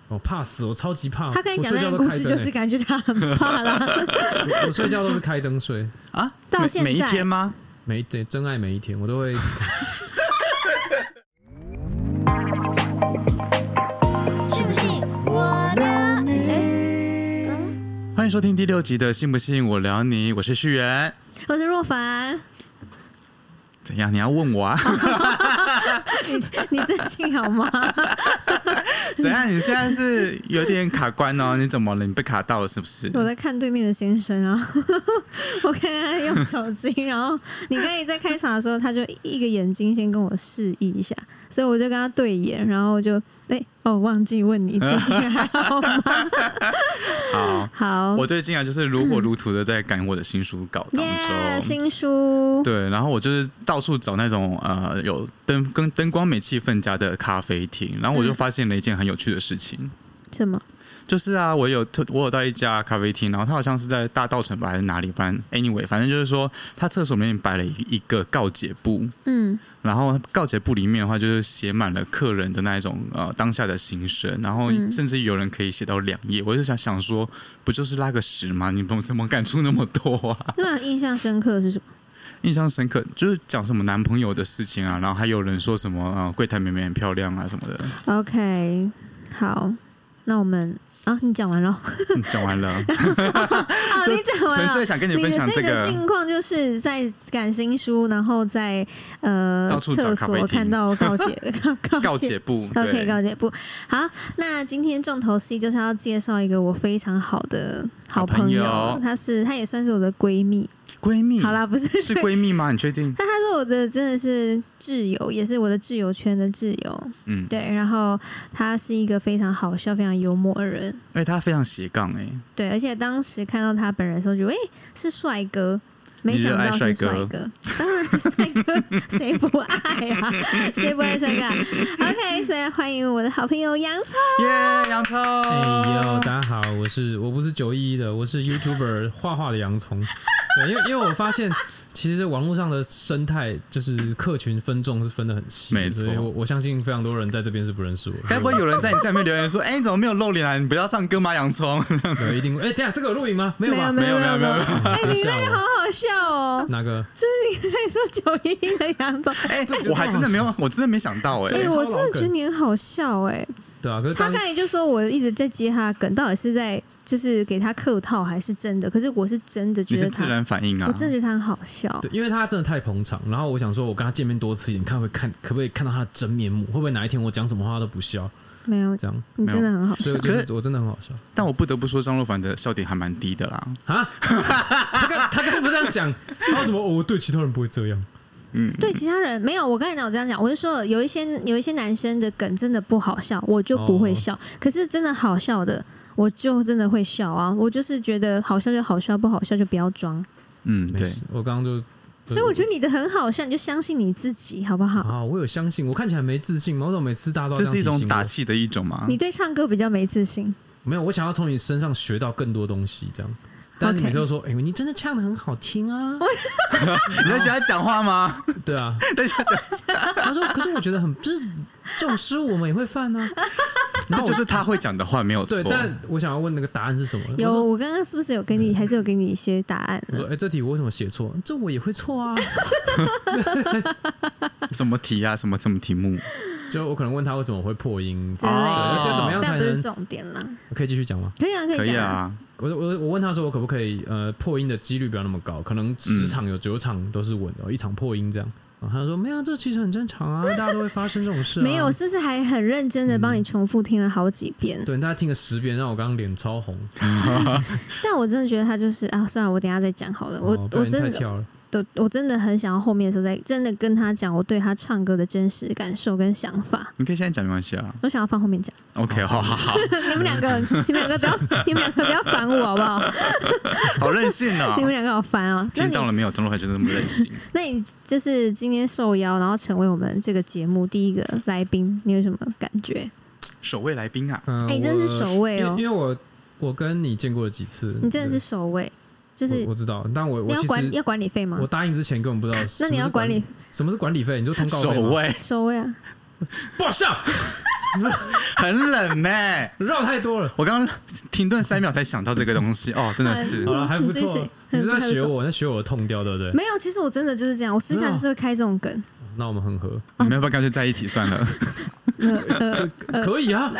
我怕死，我超级怕。 他跟你讲那个故事，就是感觉他很怕啦。 我睡觉都是开灯睡啊， 到现在每一天吗？ 真爱每一天，我都会。 信不信我聊你？ 欢迎收听第6集的《信不信我聊你》，我是旭元， 我是若凡。 怎样？你要问我啊？ 你真心好吗？ 怎样？你现在是有点卡关哦？你怎么了？你被卡到了是不是？ 我在看对面的先生啊，我看他用手机，然后你刚才在开场的时候，他就一个眼睛先跟我示意一下，所以我就跟他对眼，然后就忘记问你最近还好吗？好， 我最近啊就是如火如荼的在赶我的新书稿当中， 新书对，然后我就是到处找那种有灯光美气氛佳的咖啡厅，然后我就发现了一件很有趣的事情。 什么？ 就是啊，我有到一家咖啡厅，然后它好像是在大稻埕吧还是哪里，反正就是说，它厕所里面摆了一个告解簿，然后告解簿里面的话就是写满了客人的那一种当下的心声，然后甚至有人可以写到2页，我就想说，不就是拉个屎吗？你怎么敢出那么多啊？ 那印象深刻是什么？ 印象深刻就是讲什么男朋友的事情啊，然后还有人说什么柜台妹妹很漂亮啊什么的。 OK， 好，那我们。你讲完了。 讲完了。 你讲完了。 纯粹想跟你分享这个境况，就是在赶新书，然后在厕所看到告解簿。OK， 告解簿。好，那今天重头戏就是要介绍一个我非常好的好朋友，她也算是我的闺蜜。 闺蜜？ 好啦，不是是闺蜜吗？你确定？ 她是我的，真的是挚友，也是我的挚友圈的挚友。对。然后她是一个非常好笑、非常幽默的人， 而且她非常斜杠对，而且当时看到他本人的时候，觉得是帅哥。没想到是帅哥，当然帅哥谁不爱啊？谁不爱帅哥？OK， 所以欢迎我的好朋友洋葱。 耶，洋葱！ 大家好，我不是911的，我是 YouTuber 画的洋葱。对，因为我发现其实网络上的生态就是客群分众是分得很细， 没错。 我相信非常多人在这边是不认识我。 该不会有人在你下面留言说：“你怎么没有露脸啊？你不要唱歌吗？”洋葱， 一定。等一下这个有录影吗？没有吧？ 没有。 你那个好好笑哦。 哪个？ 就是你刚才说911的洋葱。 我还真的没有，我真的没想到我真的觉得你很好笑对啊，可是他刚才就说我一直在接他的梗，到底是在就是给他客套还是真的？可是我是真的觉得你是自然反应啊， 我真的觉得他很好笑。 对，因为他真的太捧场，然后我想说，我跟他见面多次一点，可不可以看到他的真面目？会不会哪一天我讲什么话他都不笑？ 没有这样，你真的很好笑。 可是我真的很好笑， 但我不得不说，张若凡的笑点还蛮低的啦。 他刚不这样讲，他怎么我对其他人不会这样？ 对其他人没有，我刚才有这样讲，我是说有一些男生的梗真的不好笑，我就不会笑。可是真的好笑的，我就真的会笑啊！我就是觉得好笑就好笑，不好笑就不要装。 对， 我刚刚就。 所以我觉得你的很好笑，你就相信你自己，好不好？ 我有相信，我看起来没自信吗？我怎么每次大家都这样提醒我？ 这是一种打气的一种吗？ 你对唱歌比较没自信。 没有，我想要从你身上学到更多东西，这样。但你每次都说，你真的唱得很好听啊！ 你在学他讲话吗？ 对啊，他说，可是我觉得就是这种失误我们也会犯啊。 这就是他会讲的话，没有错。 对，但我想要问那个答案是什么？ 我刚刚是不是有给你，还是有给你一些答案？ 我说，这题我为什么写错？这我也会错啊。 什么题啊？什么题目？ 就我可能问他为什么会破音， 就怎么样才能？ 但不是重点啦。 可以继续讲吗？ 可以啊， 可以啊。 我问他说，我可不可以破音的几率不要那么高？可能10场有9场都是稳的，1场破音这样。他说没有，这其实很正常啊，大家都会发生这种事。 没有，是不是还很认真的帮你重复听了好几遍？ 对，大家听了10遍，让我刚刚脸超红。 但我真的觉得他就是算了，我等一下再讲好了。我真的太跳了。 我真的很想要后面的时候再真的跟他讲我对他唱歌的真实感受跟想法。 你可以现在讲没关系啊， 我想要放后面讲。 OK， 好。 你们两个不要烦我好不好？ 好任性哦！ 你们两个好烦哦！ 听到了没有？张若凡就是那么任性。 那你就是今天受邀，然后成为我们这个节目第一个来宾，你有什么感觉？ 首位来宾啊！ 真的是首位哦， 因为我跟你见过了几次， 你真的是首位。就是我知道，但我其实要管理费吗？ 我答应之前根本不知道。 那你要管理？ 什么是管理费？你就通告费吗？ 首位啊， 不好笑。 很冷呢， 绕太多了。 我刚刚停顿3秒才想到这个东西，哦，真的是， 好了，还不错。你是在学我，在学我的痛调，对不对？ 没有，其实我真的就是这样，我私下就是会开这种梗。 那我们很合， 你们要不要干脆在一起算了？ 可以啊。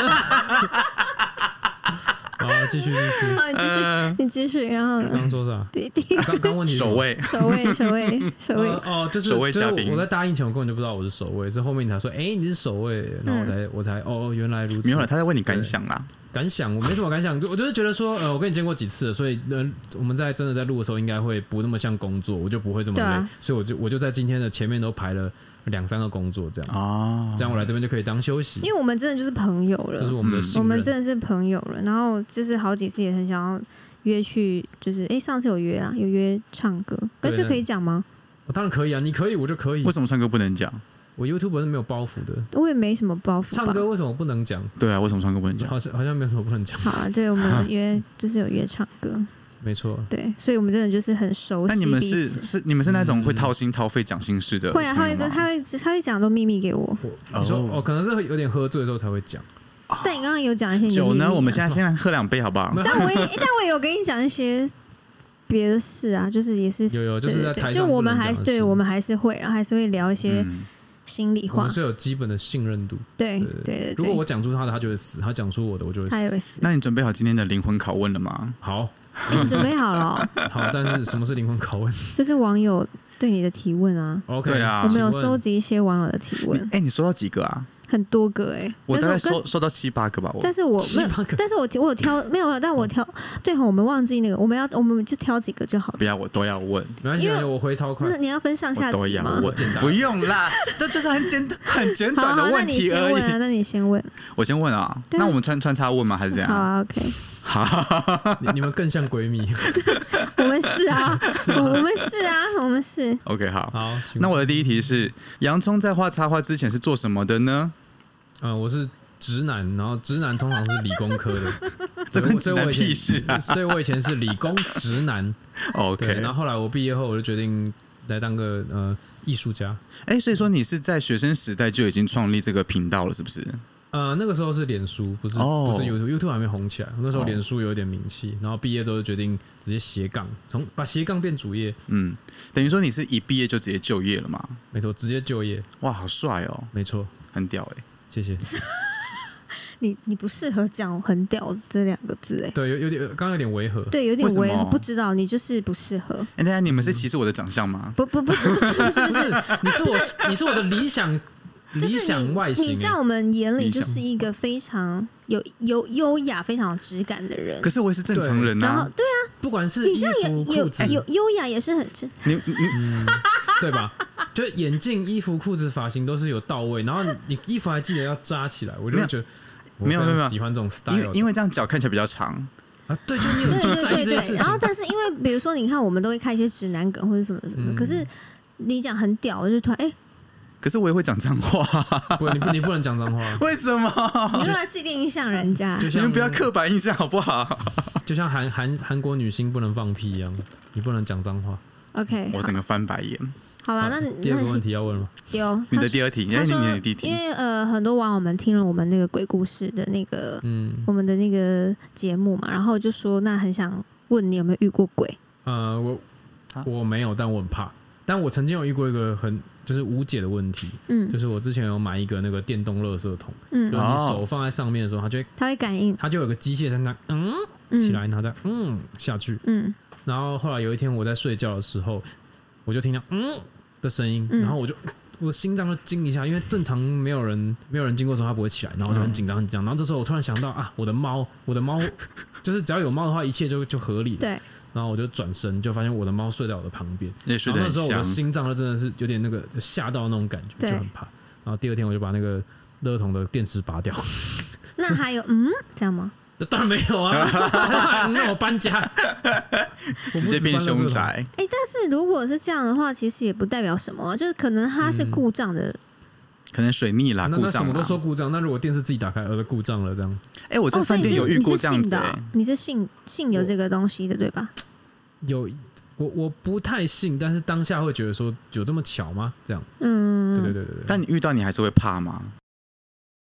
好，继续。 你继续。然后刚刚说啥？刚问题守卫。 哦，就是守卫嘉宾。 我在答应前，我根本就不知道我是守卫，是后面你才说，你是守卫，然后我才哦，原来如此。 没有了，他在问你感想啦。 感想我没什么感想，我就是觉得说，我跟你见过几次了，所以我们真的在录的时候，应该会不那么像工作，我就不会这么累，所以我就在今天的前面都排了2-3个工作这样这样我来这边就可以当休息， 因为我们真的就是朋友了， 这是我们的信任， 我们真的是朋友了。然后就是好几次也很想要约去，就是上次有约唱歌，那这可以讲吗？ 我当然可以啊，你可以，我就可以。 为什么唱歌不能讲？ 我 YouTube 是没有包袱的， 我也没什么包袱。 唱歌为什么不能讲？ 对啊，为什么唱歌不能讲？ 好像没有什么不能讲。 好啊，对，我们就是有约唱歌， 没错。 对，所以我们真的就是很熟悉。 那你们是那种会掏心掏肺讲心事的？ 会啊，他会讲很多秘密给我。 你说可能是有点喝醉的时候才会讲。 但你刚刚有讲一些酒呢？我们现在先来喝2杯好不好？ 但我有跟你讲一些别的事啊，就是也是有就是在台上， 就我们还是会，然后还是会聊一些心里话， 我们是有基本的信任度。 对。 如果我讲出他的，他就会死；他讲出我的，我就会死。 他也会死。 那你准备好今天的灵魂拷问了吗？ 好， 你准备好了。 好，但是什么是灵魂拷问？ 就是网友对你的提问啊。 OK 对啊， 我们有收集一些网友的提问。 你收到几个啊？ 很多个我大概收到7-8个吧。 但是我有挑，没有，但我挑，对，我们忘记那个，我们就挑几个就好了。 不要，我都要问。 没关系，我回超快。 那你要分上下集吗？ 我简单， 不用啦，这就是很简短的问题而已。 那你先问。 我先问啊？那我们穿插问吗？还是怎样？ 好啊 ，OK。 好， 你们更像闺蜜。 我们是啊，我们是。 OK， 好。 那我的第一题是：洋葱在画插画之前是做什么的呢？ 我是直男，然后直男通常是理工科的， 这跟直男屁事啊！ 所以我以前是理工直男。 OK， 然后后来我毕业后，我就决定来当个艺术家。 所以说你是在学生时代就已经创立这个频道了，是不是？ 那个时候是脸书，不是 YouTube 还没红起来。那时候脸书有点名气，然后毕业之后就决定直接斜杠，把斜杠变主业。 等于说你是一毕业就直接就业了吗？ 没错，直接就业。 哇，好帅哦！ 没错， 很屌谢谢。 你不适合讲很屌这2个字对，有点刚刚有点违和。 对，有点违和，不知道你就是不适合。 等下你们是歧视我的长相吗？ 不是， 你是我的理想外形。 你在我们眼里就是一个非常有优雅、非常有质感的人。 可是我也是正常人啊。 然后对啊， 不管是衣服、裤子， 有优雅也是很对吧？就眼镜、衣服、裤子、发型都是有到位，然后你衣服还记得要扎起来，我就觉得没有喜欢这种 style， 因为这样脚看起来比较长啊。对，就你有去在意这件事情。 然后，但是因为比如说，你看我们都会看一些直男梗或者什么什么，可是你讲很屌，我就突然可是我也会讲脏话。 不，你不能讲脏话。 为什么？ 你又要既定印象人家， 你们不要刻板印象好不好？ 就像韩国女星不能放屁一样，你不能讲脏话。 OK， 我整个翻白眼。 好了，那第二个问题要问吗？ 有你的第二题，你的第一题。 因为很多网友们听了我们那个鬼故事的那个我们的那个节目嘛，然后就说那很想问你有没有遇过鬼？ 我没有，但我很怕。但我曾经有遇过一个就是无解的问题，就是我之前有买一个那个电动垃圾桶，就是你手放在上面的时候，它会感应，它就有个机械在那起来，然后再下去，然后后来有一天我在睡觉的时候，我就听到的声音，然后我的心脏就惊一下，因为正常没有人经过的时候它不会起来，然后我就很紧张，然后这时候我突然想到啊，我的猫就是只要有猫的话，一切就合理了。对。然后我就转身，就发现我的猫睡在我的旁边。然后那时候我的心脏就真的是有点那个就吓到那种感觉，就很怕。然后第二天我就把那个垃圾桶的电池拔掉。 那还有这样吗？ 当然没有啊，那我搬家， 直接变凶宅。 但是如果是这样的话，其实也不代表什么，就是可能它是故障的。 可能水逆啦，故障啦。 那什么都说故障，那如果电视自己打开，故障了这样。 我在饭店有遇过这样子。 你是信有这个东西的对吧？ 有，我不太信，但是当下会觉得说有这么巧吗？这样。对。 但你遇到你还是会怕吗？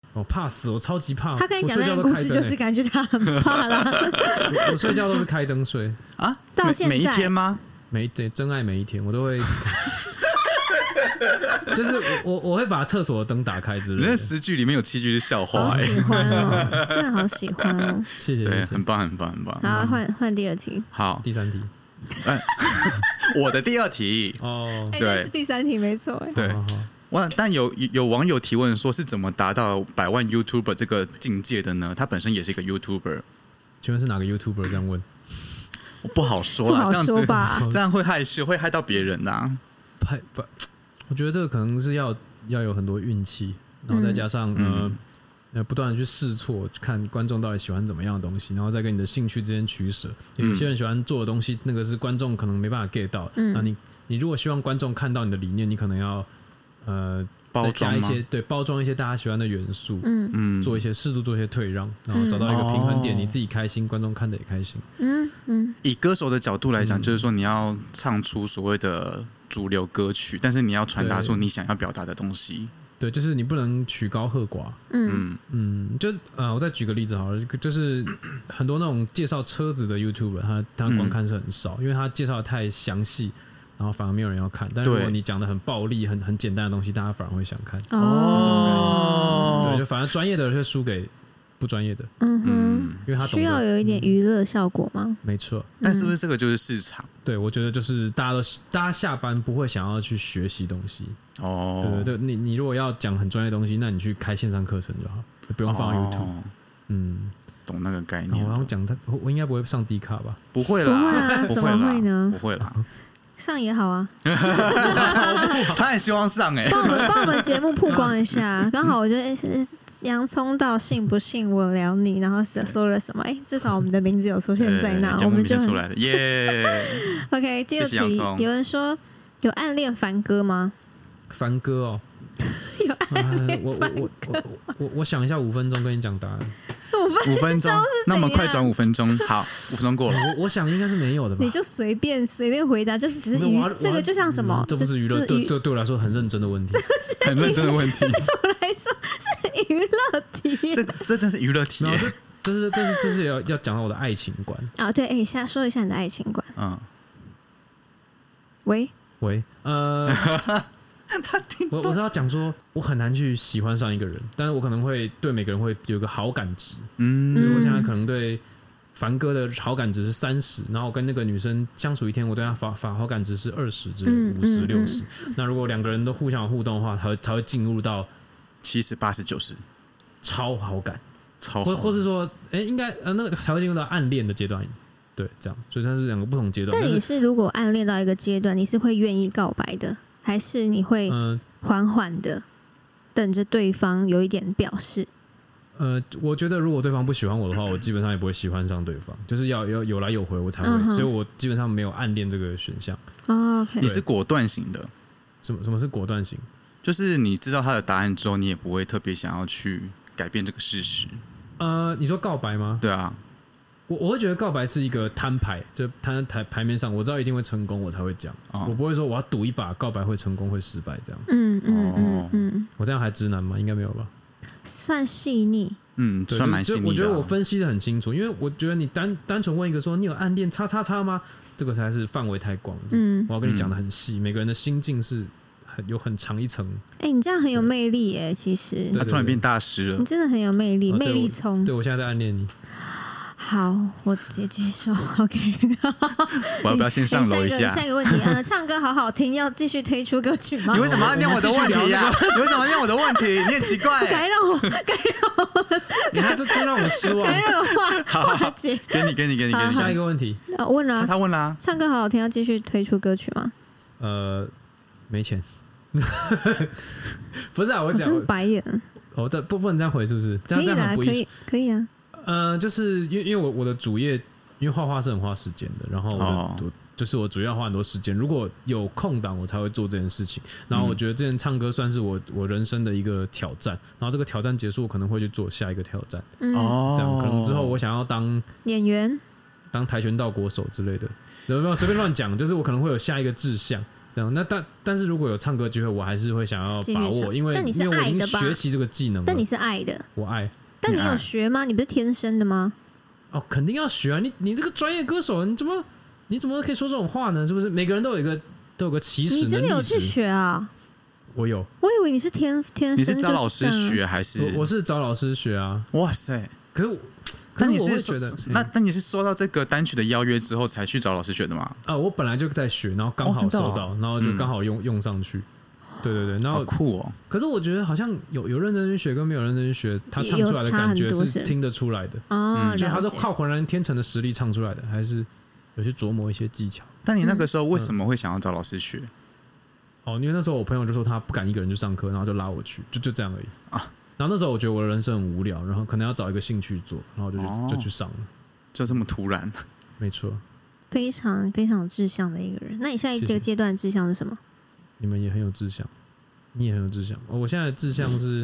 我怕死，我超级怕。 他跟你讲那个故事，就是感觉他很怕啦。 我睡觉都是开灯睡啊， 到现在每一天吗？ 真爱每一天，我都会，就是我会把厕所的灯打开之类的。 那10句里面有7句是笑话， 好喜欢哦，真的好喜欢哦。 谢谢， 对，很棒，很棒，很棒。 好，换第2题。 好， 第3题。 我的第2题哦， 对，是第3题没错。 对。但有网友提问说是怎么达到100万 YouTuber 这个境界的呢？他本身也是一个 YouTuber， 请问是哪个 YouTuber 这样问？ 我不好说啦，这样会害羞，会害到别人呐。 我觉得这个可能是要有很多运气，然后再加上不断的去试错，看观众到底喜欢怎么样的东西，然后再跟你的兴趣之间取舍。有些人喜欢做的东西，那个是观众可能没办法 get 到。那你如果希望观众看到你的理念，你可能要再加一些包装一些大家喜欢的元素，做一些适度做一些退让，然后找到一个平衡点，你自己开心，观众看得也开心。 以歌手的角度来讲，就是说你要唱出所谓的主流歌曲，但是你要传达出你想要表达的东西。 对，就是你不能曲高和寡。我再举个例子好了，就是很多那种介绍车子的 YouTuber， 他观看是很少，因为他介绍的太详细。然后反而没有人要看，但如果你讲的很暴力、很简单的东西，大家反而会想看。对，就反而专业的会输给不专业的。因为他需要有一点娱乐效果吗？ 没错。 但是不是这个就是市场？ 对，我觉得就是大家下班不会想要去学习东西。对，你如果要讲很专业的东西，那你去开线上课程就好，不用放 YouTube。 懂那个概念。 然后讲我应该不会上 D 卡吧？ 不会啦， 怎么会呢？ 不会啦。 上也好啊， 他很希望上帮我们节目曝光一下。刚好我觉得洋葱到信不信我聊你，然后说了什么？至少我们的名字有出现在那，我们就出来了耶。 OK， 第2题，有人说有暗恋凡哥吗？ 凡哥哦， 有暗恋我想一下5分钟跟你讲答案。 5分钟，那我们快转5分钟。好，5分钟过了。 我想应该是没有的吧。 你就随便回答，就是只是这个就像什么？ 这不是娱乐，对我来说很认真的问题， 很认真的问题。 对我来说是娱乐题。 这真是娱乐题。 这是要讲到我的爱情观啊。对，说一下你的爱情观。喂， 我是要讲说，我很难去喜欢上一个人，但是我可能会对每个人会有一个好感值。就是我现在可能对凡哥的好感值是30，然后我跟那个女生相处1天，我对她好感值是20之类50、60。那如果2个人都互相有互动的话，才会进入到 70、80、90， 超好感， 或是说，应该那个才会进入到暗恋的阶段。对，这样，所以它是2个不同阶段。 但你是如果暗恋到一个阶段，你是会愿意告白的？还是你会缓缓的等着对方有一点表示？ 我觉得如果对方不喜欢我的话，我基本上也不会喜欢上对方，就是要有来有回我才会，所以我基本上没有暗恋这个选项。 OK， 你是果断型的。 什么是果断型？ 就是你知道他的答案之后，你也不会特别想要去改变这个事实。 你说告白吗？ 对啊。 我会觉得告白是一个摊牌，就摊在台面上，我知道一定会成功，我才会讲。我不会说我要赌一把告白会成功会失败这样。我这样还直男吗？应该没有吧。 算细腻。 算蛮细腻的。 我觉得我分析的很清楚，因为我觉得你单纯问一个说你有暗恋叉叉叉吗？这个才是范围太广。我要跟你讲的很细，每个人的心境是有很长一层。 你这样很有魅力耶，其实。 他突然变大师了。 你真的很有魅力，魅力冲。 对，我现在在暗恋你。 好，我接受。OK， 我要不要先上楼一下？ 下一个问题，唱歌好好听，要继续推出歌曲吗？ 你为什么要念我的问题呀？你为什么要念我的问题？你很奇怪。 该让我， 你看这真让我失望。 该让我化解。 给你。 下一个问题， 我问了， 他问了， 唱歌好好听，要继续推出歌曲吗？ 没钱。不是啊，我想白眼。 这不能这样回，是不是？这样很不艺术。 可以啊。 就是因为我的主业，因为画画是很花时间的，然后就是我主要花很多时间，如果有空档我才会做这件事情。然后我觉得之前唱歌算是我人生的一个挑战，然后这个挑战结束，我可能会去做下一个挑战。这样可能之后我想要当演员、 当跆拳道国手之类的，有没有随便乱讲？就是我可能会有下一个志向。 这样。那但是如果有唱歌机会，我还是会想要把握，因为我已经学习这个技能了。 但你是爱的， 我爱。 但你有学吗？你不是天生的吗？ 哦，肯定要学啊！你这个专业歌手，你怎么可以说这种话呢？是不是？每个人都有个起始能力值。 你真的有去学啊？ 我有。 我以为你是天生。 你是找老师学还是？ 我是找老师学啊！ 哇塞！ 可是你是觉得那你是收到这个单曲的邀约之后才去找老师学的吗？ 我本来就在学，然后刚好收到，然后就刚好用上去。对，然后好酷哦！ 可是我觉得好像有认真去学跟没有认真去学，他唱出来的感觉是听得出来的。就他是靠浑然天成的实力唱出来的，还是有些琢磨一些技巧。 但你那个时候为什么会想要找老师学？ 因为那时候我朋友就说他不敢一个人去上课，然后就拉我去，就这样而已啊。然后那时候我觉得我的人生很无聊，然后可能要找一个兴趣做，然后就去上了。 就这么突然？ 没错， 非常非常有志向的一个人。那你现在这个阶段的志向是什么？ 你们也很有志向，你也很有志向。我现在的志向是，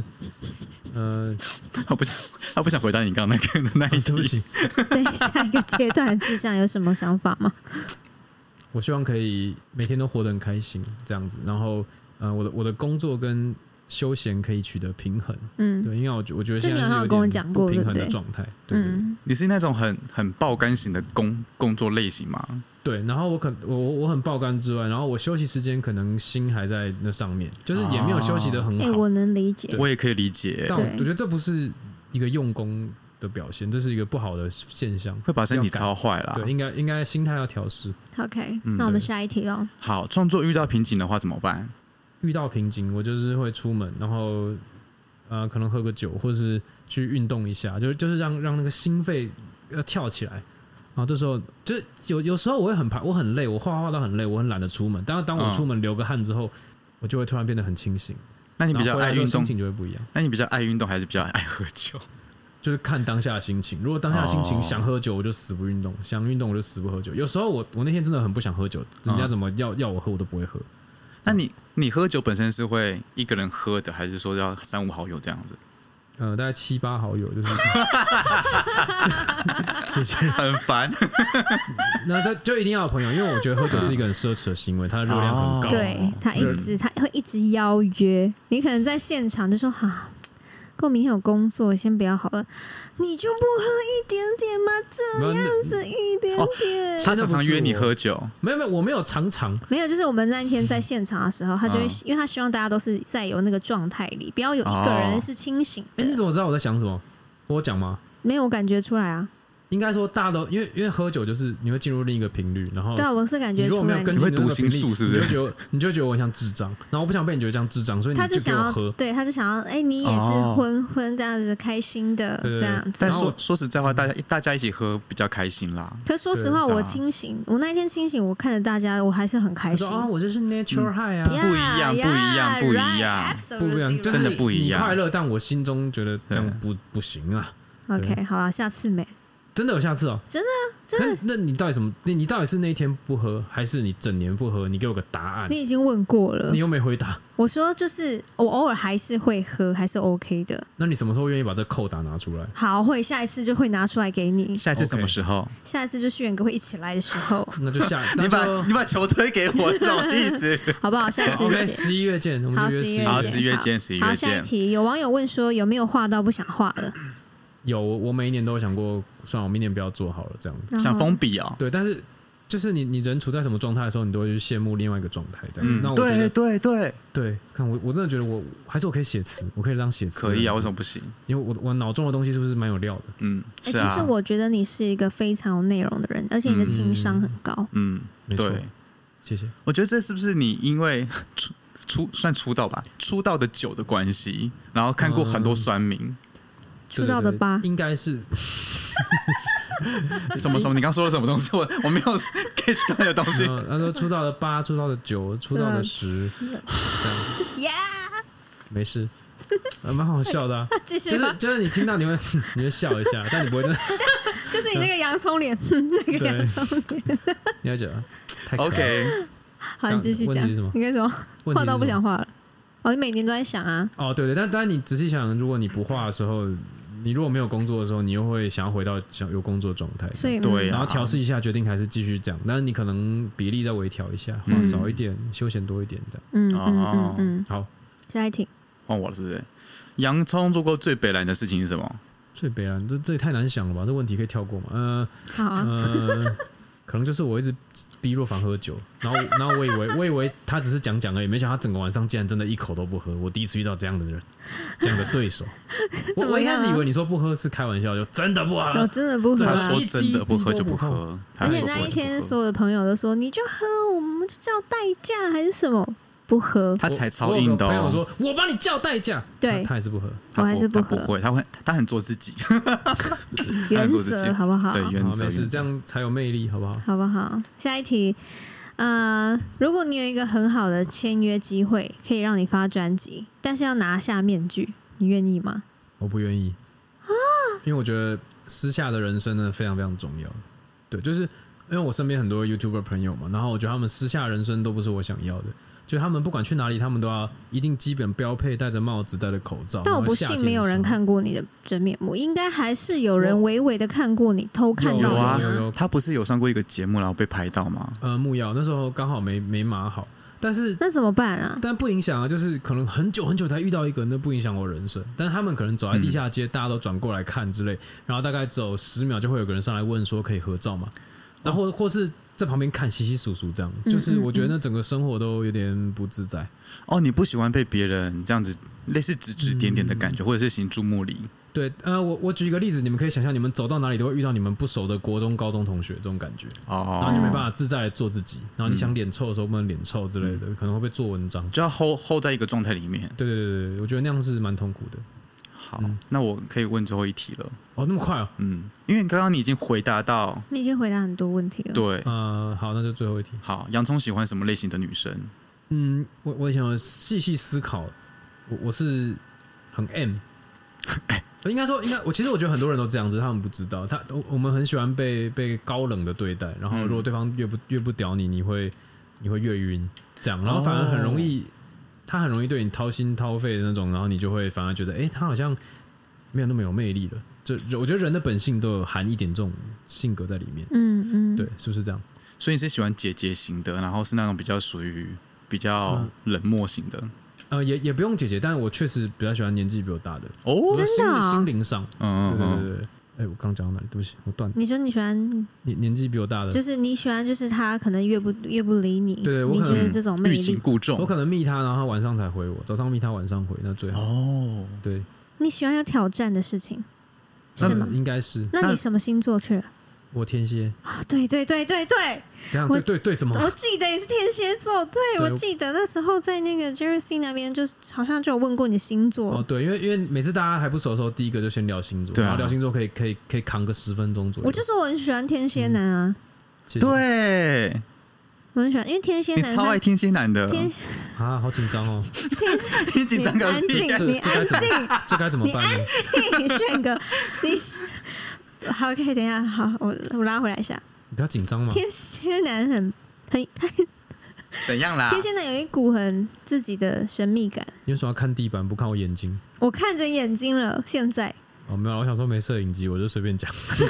他不想回答你刚刚那个那一题。 对，下一个阶段的志向有什么想法吗？ 我希望可以每天都活得很开心，这样子。然后，我的工作跟休闲可以取得平衡。对，因为我觉得现在是有点不平衡的状态。对， 你是那种很爆肝型的工作类型吗？ 对，然后我很爆肝之外，然后我休息时间可能心还在那上面，就是也没有休息得很好。 我能理解， 我也可以理解。 但我觉得这不是一个用功的表现，这是一个不好的现象， 会把身体操坏了。 对，应该心态要调试。 OK，那我们下一题喽。 好，创作遇到瓶颈的话怎么办？ 遇到瓶颈，我就是会出门，然后可能喝个酒，或是去运动一下，就是让那个心肺要跳起来。然后这时候就有时候我很累，我画到很累，我很懒得出门。但当我出门流个汗之后，我就会突然变得很清醒。 那你比较爱运动， 心情就会不一样。 那你比较爱运动还是比较爱喝酒？ 就是看当下的心情。如果当下的心情想喝酒，我就死不运动；想运动，我就死不喝酒。有时候我那天真的很不想喝酒，人家怎么要我喝，我都不会喝。 那你喝酒本身是会一个人喝的，还是说要3-5好友这样子？ 大概7-8好友，就是谢谢， 很烦。 那就一定要有朋友，因为我觉得喝酒是一个很奢侈的行为，它的热量很高。 对，他会一直邀约，你可能在现场就说好。跟我明天有工作，先不要好了。你就不喝一点点吗？这样子一点点。 他常常约你喝酒？ 没有，我没有常常。 没有，就是我们那一天在现场的时候，他就会，因为他希望大家都是在有那个状态里，不要有一个人是清醒的。 你怎么知道我在想什么？我讲吗？ 没有，我感觉出来啊。 应该说，大家都因为喝酒就是你会进入另一个频率，然后对啊，我是感觉出来， 你如果没有跟进那个频率， 是不是？ 你就觉得我很像智障，然后我不想被你觉得像智障，所以你就给我喝。 对，他就想要，你也是昏这样子开心的这样子。 但说实在话，大家一起喝比较开心啦。 可说实话，我清醒，我那一天清醒，我看着大家，我还是很开心。 我就是 natural high 啊， 不一样，真的不一样。 你快乐，但我心中觉得这样不行啊。 OK， 好了，下次没。 真的有下次哦， 真的啊，真的。 那你到底什么？你到底是那一天不喝，还是你整年不喝？你给我个答案。 你已经问过了， 你又没回答。 我说就是我偶尔还是会喝，还是 OK 的。 那你什么时候愿意把这扣打拿出来？ 好，会下一次就会拿出来给你。 下一次什么时候？ 下一次就是元哥会一起来的时候。 那就你把球推给我，这种意思， 好不好？下次 OK， 11月见，我们就约 11月见。 好，下一题，有网友问说有没有画到不想画了？ 有，我每一年都有想过，算了，我明年不要做好了，这样。 想封笔啊？ 对，但是就是你人处在什么状态的时候，你都会去羡慕另外一个状态，这样。那我觉得对，看我真的觉得我可以写词，我可以当写词。 可以啊，为什么不行？ 因为我脑中的东西是不是蛮有料的？ 其实我觉得你是一个非常有内容的人，而且你的情商很高。 没错，谢谢。 我觉得这是不是你因为算出道吧，出道的久的关系，然后看过很多酸民。 出道的8 应该是什么？你刚说了什么东西？我没有 catch 到那个东西。 他说出道的8，出道的9，出道的10，这样。没事，蛮好笑的啊。就是你听到你会笑一下，但你不会真的。 就是你那个洋葱脸，那个洋葱脸。 你要讲太可爱了。 OK， 好，你继续讲。你干什么？画到不想画了。你每年都在想啊。 对，但你仔细想，如果你不画的时候， 你如果没有工作的时候，你又会想要回到有工作状态， 所以对， 然后调试一下，决定还是继续这样，但是你可能比例再微调一下，话少一点，休闲多一点这样。好， 下一题换我了，是不是？洋葱做过最北蓝的事情是什么？ 最北蓝，这也太难想了吧？这问题可以跳过吗？ 好啊。 可能就是我一直逼若凡喝酒，然后我以为他只是讲而已，没想到他整个晚上竟然真的一口都不喝。我第一次遇到这样的人，这样的对手。我一开始以为你说不喝是开玩笑，就真的不喝， 我真的不喝。 他说真的不喝就不喝， 而且那一天所有的朋友都说你就喝，我们就叫代驾还是什么。不喝， 他才超硬的。 朋友说：“我帮你叫代驾。” 对， 他还是不喝， 我还是不喝。 他不会，他很做自己， 原则好不好？ 对，原则没事，这样才有魅力，好不好？ 好不好？下一题，如果你有一个很好的签约机会，可以让你发专辑，但是要拿下面具，你愿意吗？ 我不愿意啊，因为我觉得私下的人生呢非常非常重要。对，就是因为我身边很多 YouTuber 朋友嘛，然后我觉得他们私下人生都不是我想要的。就他们不管去哪里，他们都要一定基本标配，戴着帽子，戴着口罩。 但我不信没有人看过你的真面目，应该还是有人微微的看过你，偷看到你。 有，他不是有上过一个节目，然后被拍到吗？ 木曜那时候刚好没码好，但是那怎么办啊？ 但不影响啊，就是可能很久很久才遇到一个，那不影响我人生。但是他们可能走在地下街，大家都转过来看之类，然后大概走10秒就会有个人上来问说可以合照吗？然后或是在旁边看稀稀疏疏，这样就是我觉得那整个生活都有点不自在。 哦，你不喜欢被别人这样子类似指指点点的感觉，或者是行注目礼？ 对，我举一个例子，你们可以想象，你们走到哪里都会遇到你们不熟的国中、高中同学，这种感觉，然后你就没办法自在的做自己，然后你想脸臭的时候不能脸臭之类的，可能会被做文章， 就要 hold 在一个状态里面。 对，我觉得那样是蛮痛苦的。 好，那我可以问最后一题了。 哦，那么快哦？ 因为刚刚你已经回答到， 你已经回答很多问题了。 对， 好，那就最后一题。 好，洋葱喜欢什么类型的女生？ 我以前有细细思考，我是很 M， 应该其实我觉得很多人都这样子，他们不知道，我们很喜欢被高冷的对待，然后如果对方越不屌你，你会越晕，这样，然后反而很容易。他很容易对你掏心掏肺的那种，然后你就会反而觉得，他好像没有那么有魅力了。就我觉得人的本性都有含一点这种性格在里面。对，是不是这样？ 所以你是喜欢姐姐型的，然后是那种比较属于比较冷漠型的。 也不用姐姐，但是我确实比较喜欢年纪比我大的。 哦， 真的心灵上，对。我刚讲到哪里？对不起，我断。 你说你喜欢年纪比我大的， 就是你喜欢，就是他可能越不理你。 对， 我可能你觉得这种魅力欲擒故纵。 我可能密他，然后他晚上才回我，早上密他，晚上回，那最好。 哦， 对。 你喜欢有挑战的事情，是吗？ 应该是。 那你什么星座去了？ 我天蝎啊，对， 这样对什么？ 我记得你是天蝎座，对，我记得那时候在那个 Jersey 那边，就是好像就有问过你星座。 哦，对，因为每次大家还不熟的时候，第一个就先聊星座，然后聊星座可以扛个10分钟左右。 我就说我很喜欢天蝎男啊， 对， 我很喜欢，因为天蝎男你超爱天蝎男的， 好紧张哦， 你紧张个屁， 你安静， 这该怎么办呢？ 你炫哥，你。好，可以等一下。好，我拉回来一下。 你不要紧张嘛。 天蝎男很怎样啦？ 天蝎男有一股很自己的神秘感。 你为什么要看地板不看我眼睛？ 我看着眼睛了，现在。 没有，我想说没摄影机，我就随便讲。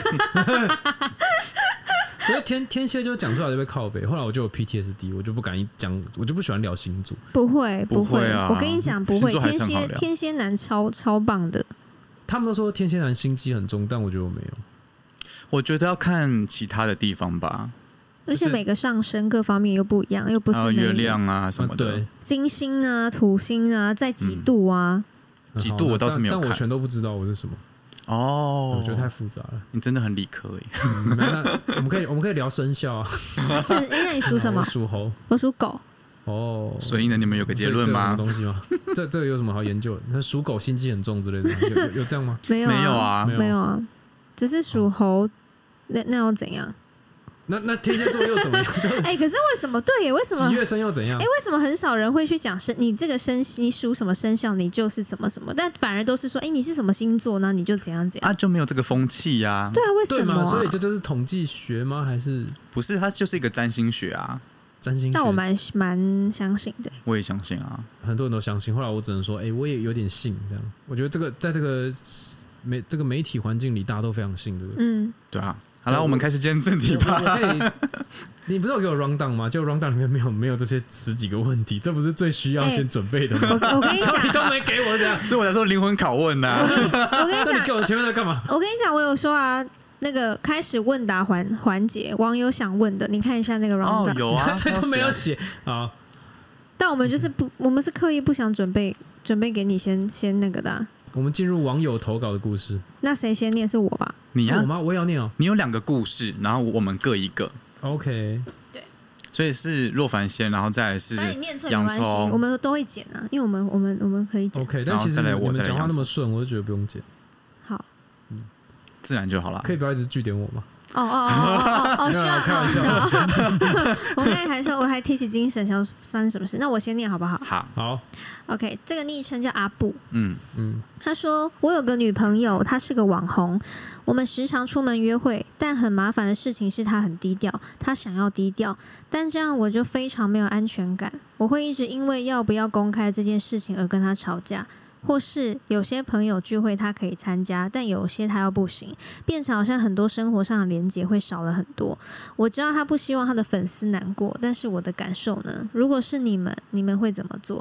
因为天蝎就讲出来就被靠北，后来我就有 PTSD， 我就不敢讲，我就不喜欢聊星座。 不会啊！ 我跟你讲，不会。天蝎男超棒的。 他们都说天蝎男心机很重，但我觉得我没有。 我觉得要看其他的地方吧， 而且每个上升各方面又不一样，又不是月亮啊什么的， 金星啊、土星啊，在几度啊？ 几度我倒是没有看， 但我全都不知道我是什么。 哦， 我觉得太复杂了。 你真的很理科耶。 那我们可以聊生肖啊。 那你属什么？ 我属猴， 我属狗。 哦，所以呢，你们有个结论吗？ 这有什么东西吗？这个有什么好研究的？那属狗心机很重之类的，有这样吗？ 没有啊，只是属猴，那要怎样？ 那天蝎座又怎么样？ 可是为什么？对耶，为什么？ 几月生又怎样？ 为什么很少人会去讲你这个你属什么生肖，你就是什么什么，但反而都是说，你是什么星座呢？你就怎样怎样就没有这个风气呀？ 对啊，为什么？ 所以这就是统计学吗？还是不是？它就是一个占星学啊。 占星学， 但我蛮相信的。 我也相信啊， 很多人都相信。后来我只能说，我也有点信这样。我觉得在这个这个媒体环境里，大家都非常信这个。 对啊。好了，我们开始今天正题吧。 你不是有给我 round down 吗？就 round down 里面没有这些10几个问题，这不是最需要先准备的吗？ 我跟你讲， 你都没给我讲， 所以我才说灵魂拷问呐。 我跟你讲， 你给我前面在干嘛？ 我跟你讲，我有说啊。那个开始问答环节，网友想问的，你看一下那个 round down。 有啊， 这都没有写啊。 但我们就是不，我们是刻意不想准备给你先那个的啊。 我们进入网友投稿的故事。 那谁先念？是我吧？ 你啊？ 是我吗？我也要念哦。 你有2个故事，然后我们各一个。 OK。对。 所以是若凡先，然后再来是洋葱。 我们都会剪啊，因为我们可以剪。 OK， 但其实你们讲话那么顺，我就觉得不用剪。 好。 自然就好了。 可以不要一直句点我吗？ 哦， 需要开玩笑。 我刚才还说，我还提起精神，想发生什么事？那我先念好不好？ 好。 OK， 这个昵称叫阿布。他说我有个女朋友，她是个网红，我们时常出门约会，但很麻烦的事情是她很低调，她想要低调，但这样我就非常没有安全感，我会一直因为要不要公开这件事情而跟她吵架。或是有些朋友聚会他可以参加，但有些他又不行，变成好像很多生活上的连结会少了很多。我知道他不希望他的粉丝难过，但是我的感受呢？如果是你们会怎么做？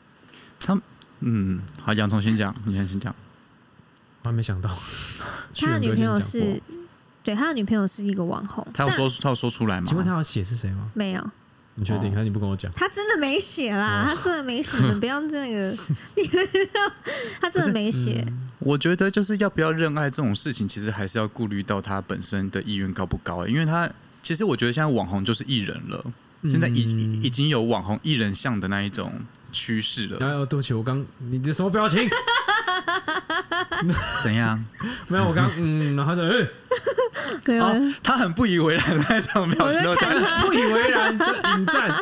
好，洋葱先讲，你先讲。 我还没想到， 他的女朋友是，对，他的女朋友是一个网红。 他有说出来吗？ 请问他有写是谁吗？ 没有。 你确定？你不跟我讲？ 他真的没写啦，他真的没写，你们不要那个，他真的没写。 我觉得就是要不要认爱这种事情，其实还是要顾虑到他本身的意愿高不高。因为他其实我觉得现在网红就是艺人了，现在已经有网红艺人像的那一种趋势了。 对不起，你这什么表情？ 怎样？ 没有，我刚然后就他很不以为然的那种表情， 不以为然就引战，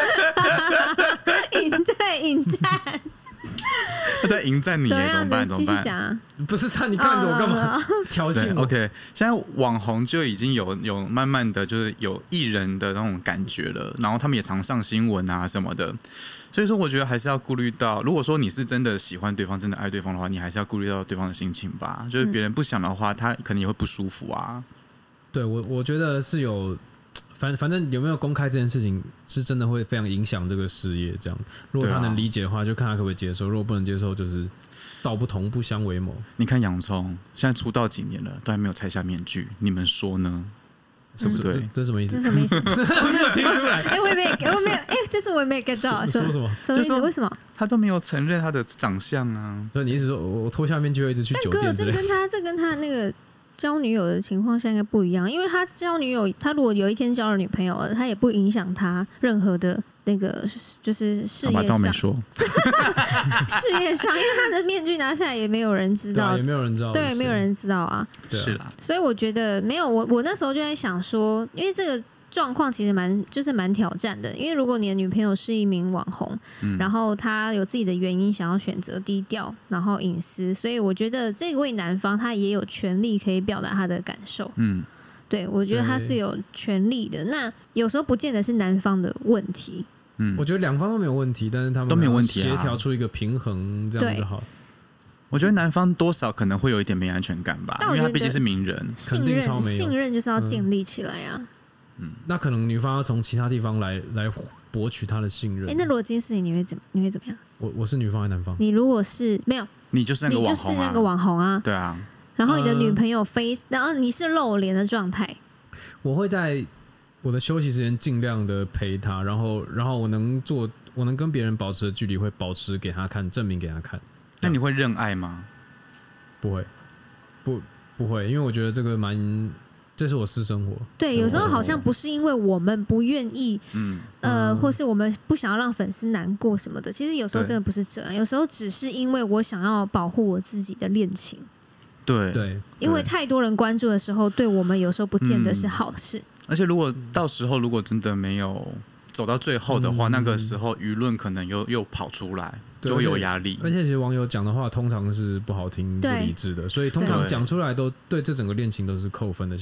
引战， 他在迎战你，怎么办？ 继续讲啊！ 不是你看着我干嘛？挑衅我 ？OK， 现在网红就已经有慢慢的就是有艺人的那种感觉了，然后他们也常上新闻啊什么的。所以说，我觉得还是要顾虑到，如果说你是真的喜欢对方、真的爱对方的话，你还是要顾虑到对方的心情吧。就是别人不想的话，他可能也会不舒服啊。 对，我觉得是有，反正有没有公开这件事情，是真的会非常影响这个事业。这样，如果他能理解的话，就看他可不可以接受；如果不能接受，就是道不同不相为谋。 你看洋葱现在出道几年了，都还没有拆下面具，你们说呢？对不对？ 这是什么意思？ 这是什么意思？ 我没有听出来。 我也没有。这次我也没 get 到。 说什么？ 什么意思？为什么？ 他都没有承认他的长相啊！ 所以你意思说我脱下面就会一直去酒店之类的？ 这跟他那个交女友的情况下应该不一样，因为他交女友，他如果有一天交了女朋友了，他也不影响他任何的那个就是事业上。 倒没说。 事业上，因为他的面具拿下来也没有人知道， 也没有人知道， 对，没有人知道啊。 是啦， 所以我觉得没有我那时候就在想说，因为这个状况其实蛮挑战的，因为如果你的女朋友是一名网红，然后她有自己的原因想要选择低调，然后隐私，所以我觉得这位男方他也有权利可以表达他的感受。对，我觉得他是有权利的。那有时候不见得是男方的问题。 我觉得两方都没有问题，但是他们都没有问题， 协调出一个平衡，这样就好。 我觉得男方多少可能会有一点没安全感吧，因为他毕竟是名人， 肯定超没有信任就是要建立起来啊。 那可能女方要从其他地方来博取他的信任。 那如果今天是你会怎么样？ 我是女方还是男方？ 你如果是没有， 你就是那个网红啊， 对啊。然后你的女朋友然后你是露脸的状态， 我会在我的休息时间尽量的陪他，然后我能跟别人保持的距离会保持给他看，证明给他看。 那你会认爱吗？ 不会，不会，因为我觉得这是我私生活。 对，有时候好像不是因为我们不愿意，或是我们不想要让粉丝难过什么的。其实有时候真的不是这样，有时候只是因为我想要保护我自己的恋情。 对， 因为太多人关注的时候，对我们有时候不见得是好事。 而且如果到时候如果真的没有走到最后的话，那个时候舆论可能又跑出来，就会有压力。 而且其实网友讲的话通常是不好听、不理智的，所以通常讲出来都对这整个恋情都是扣分的效果。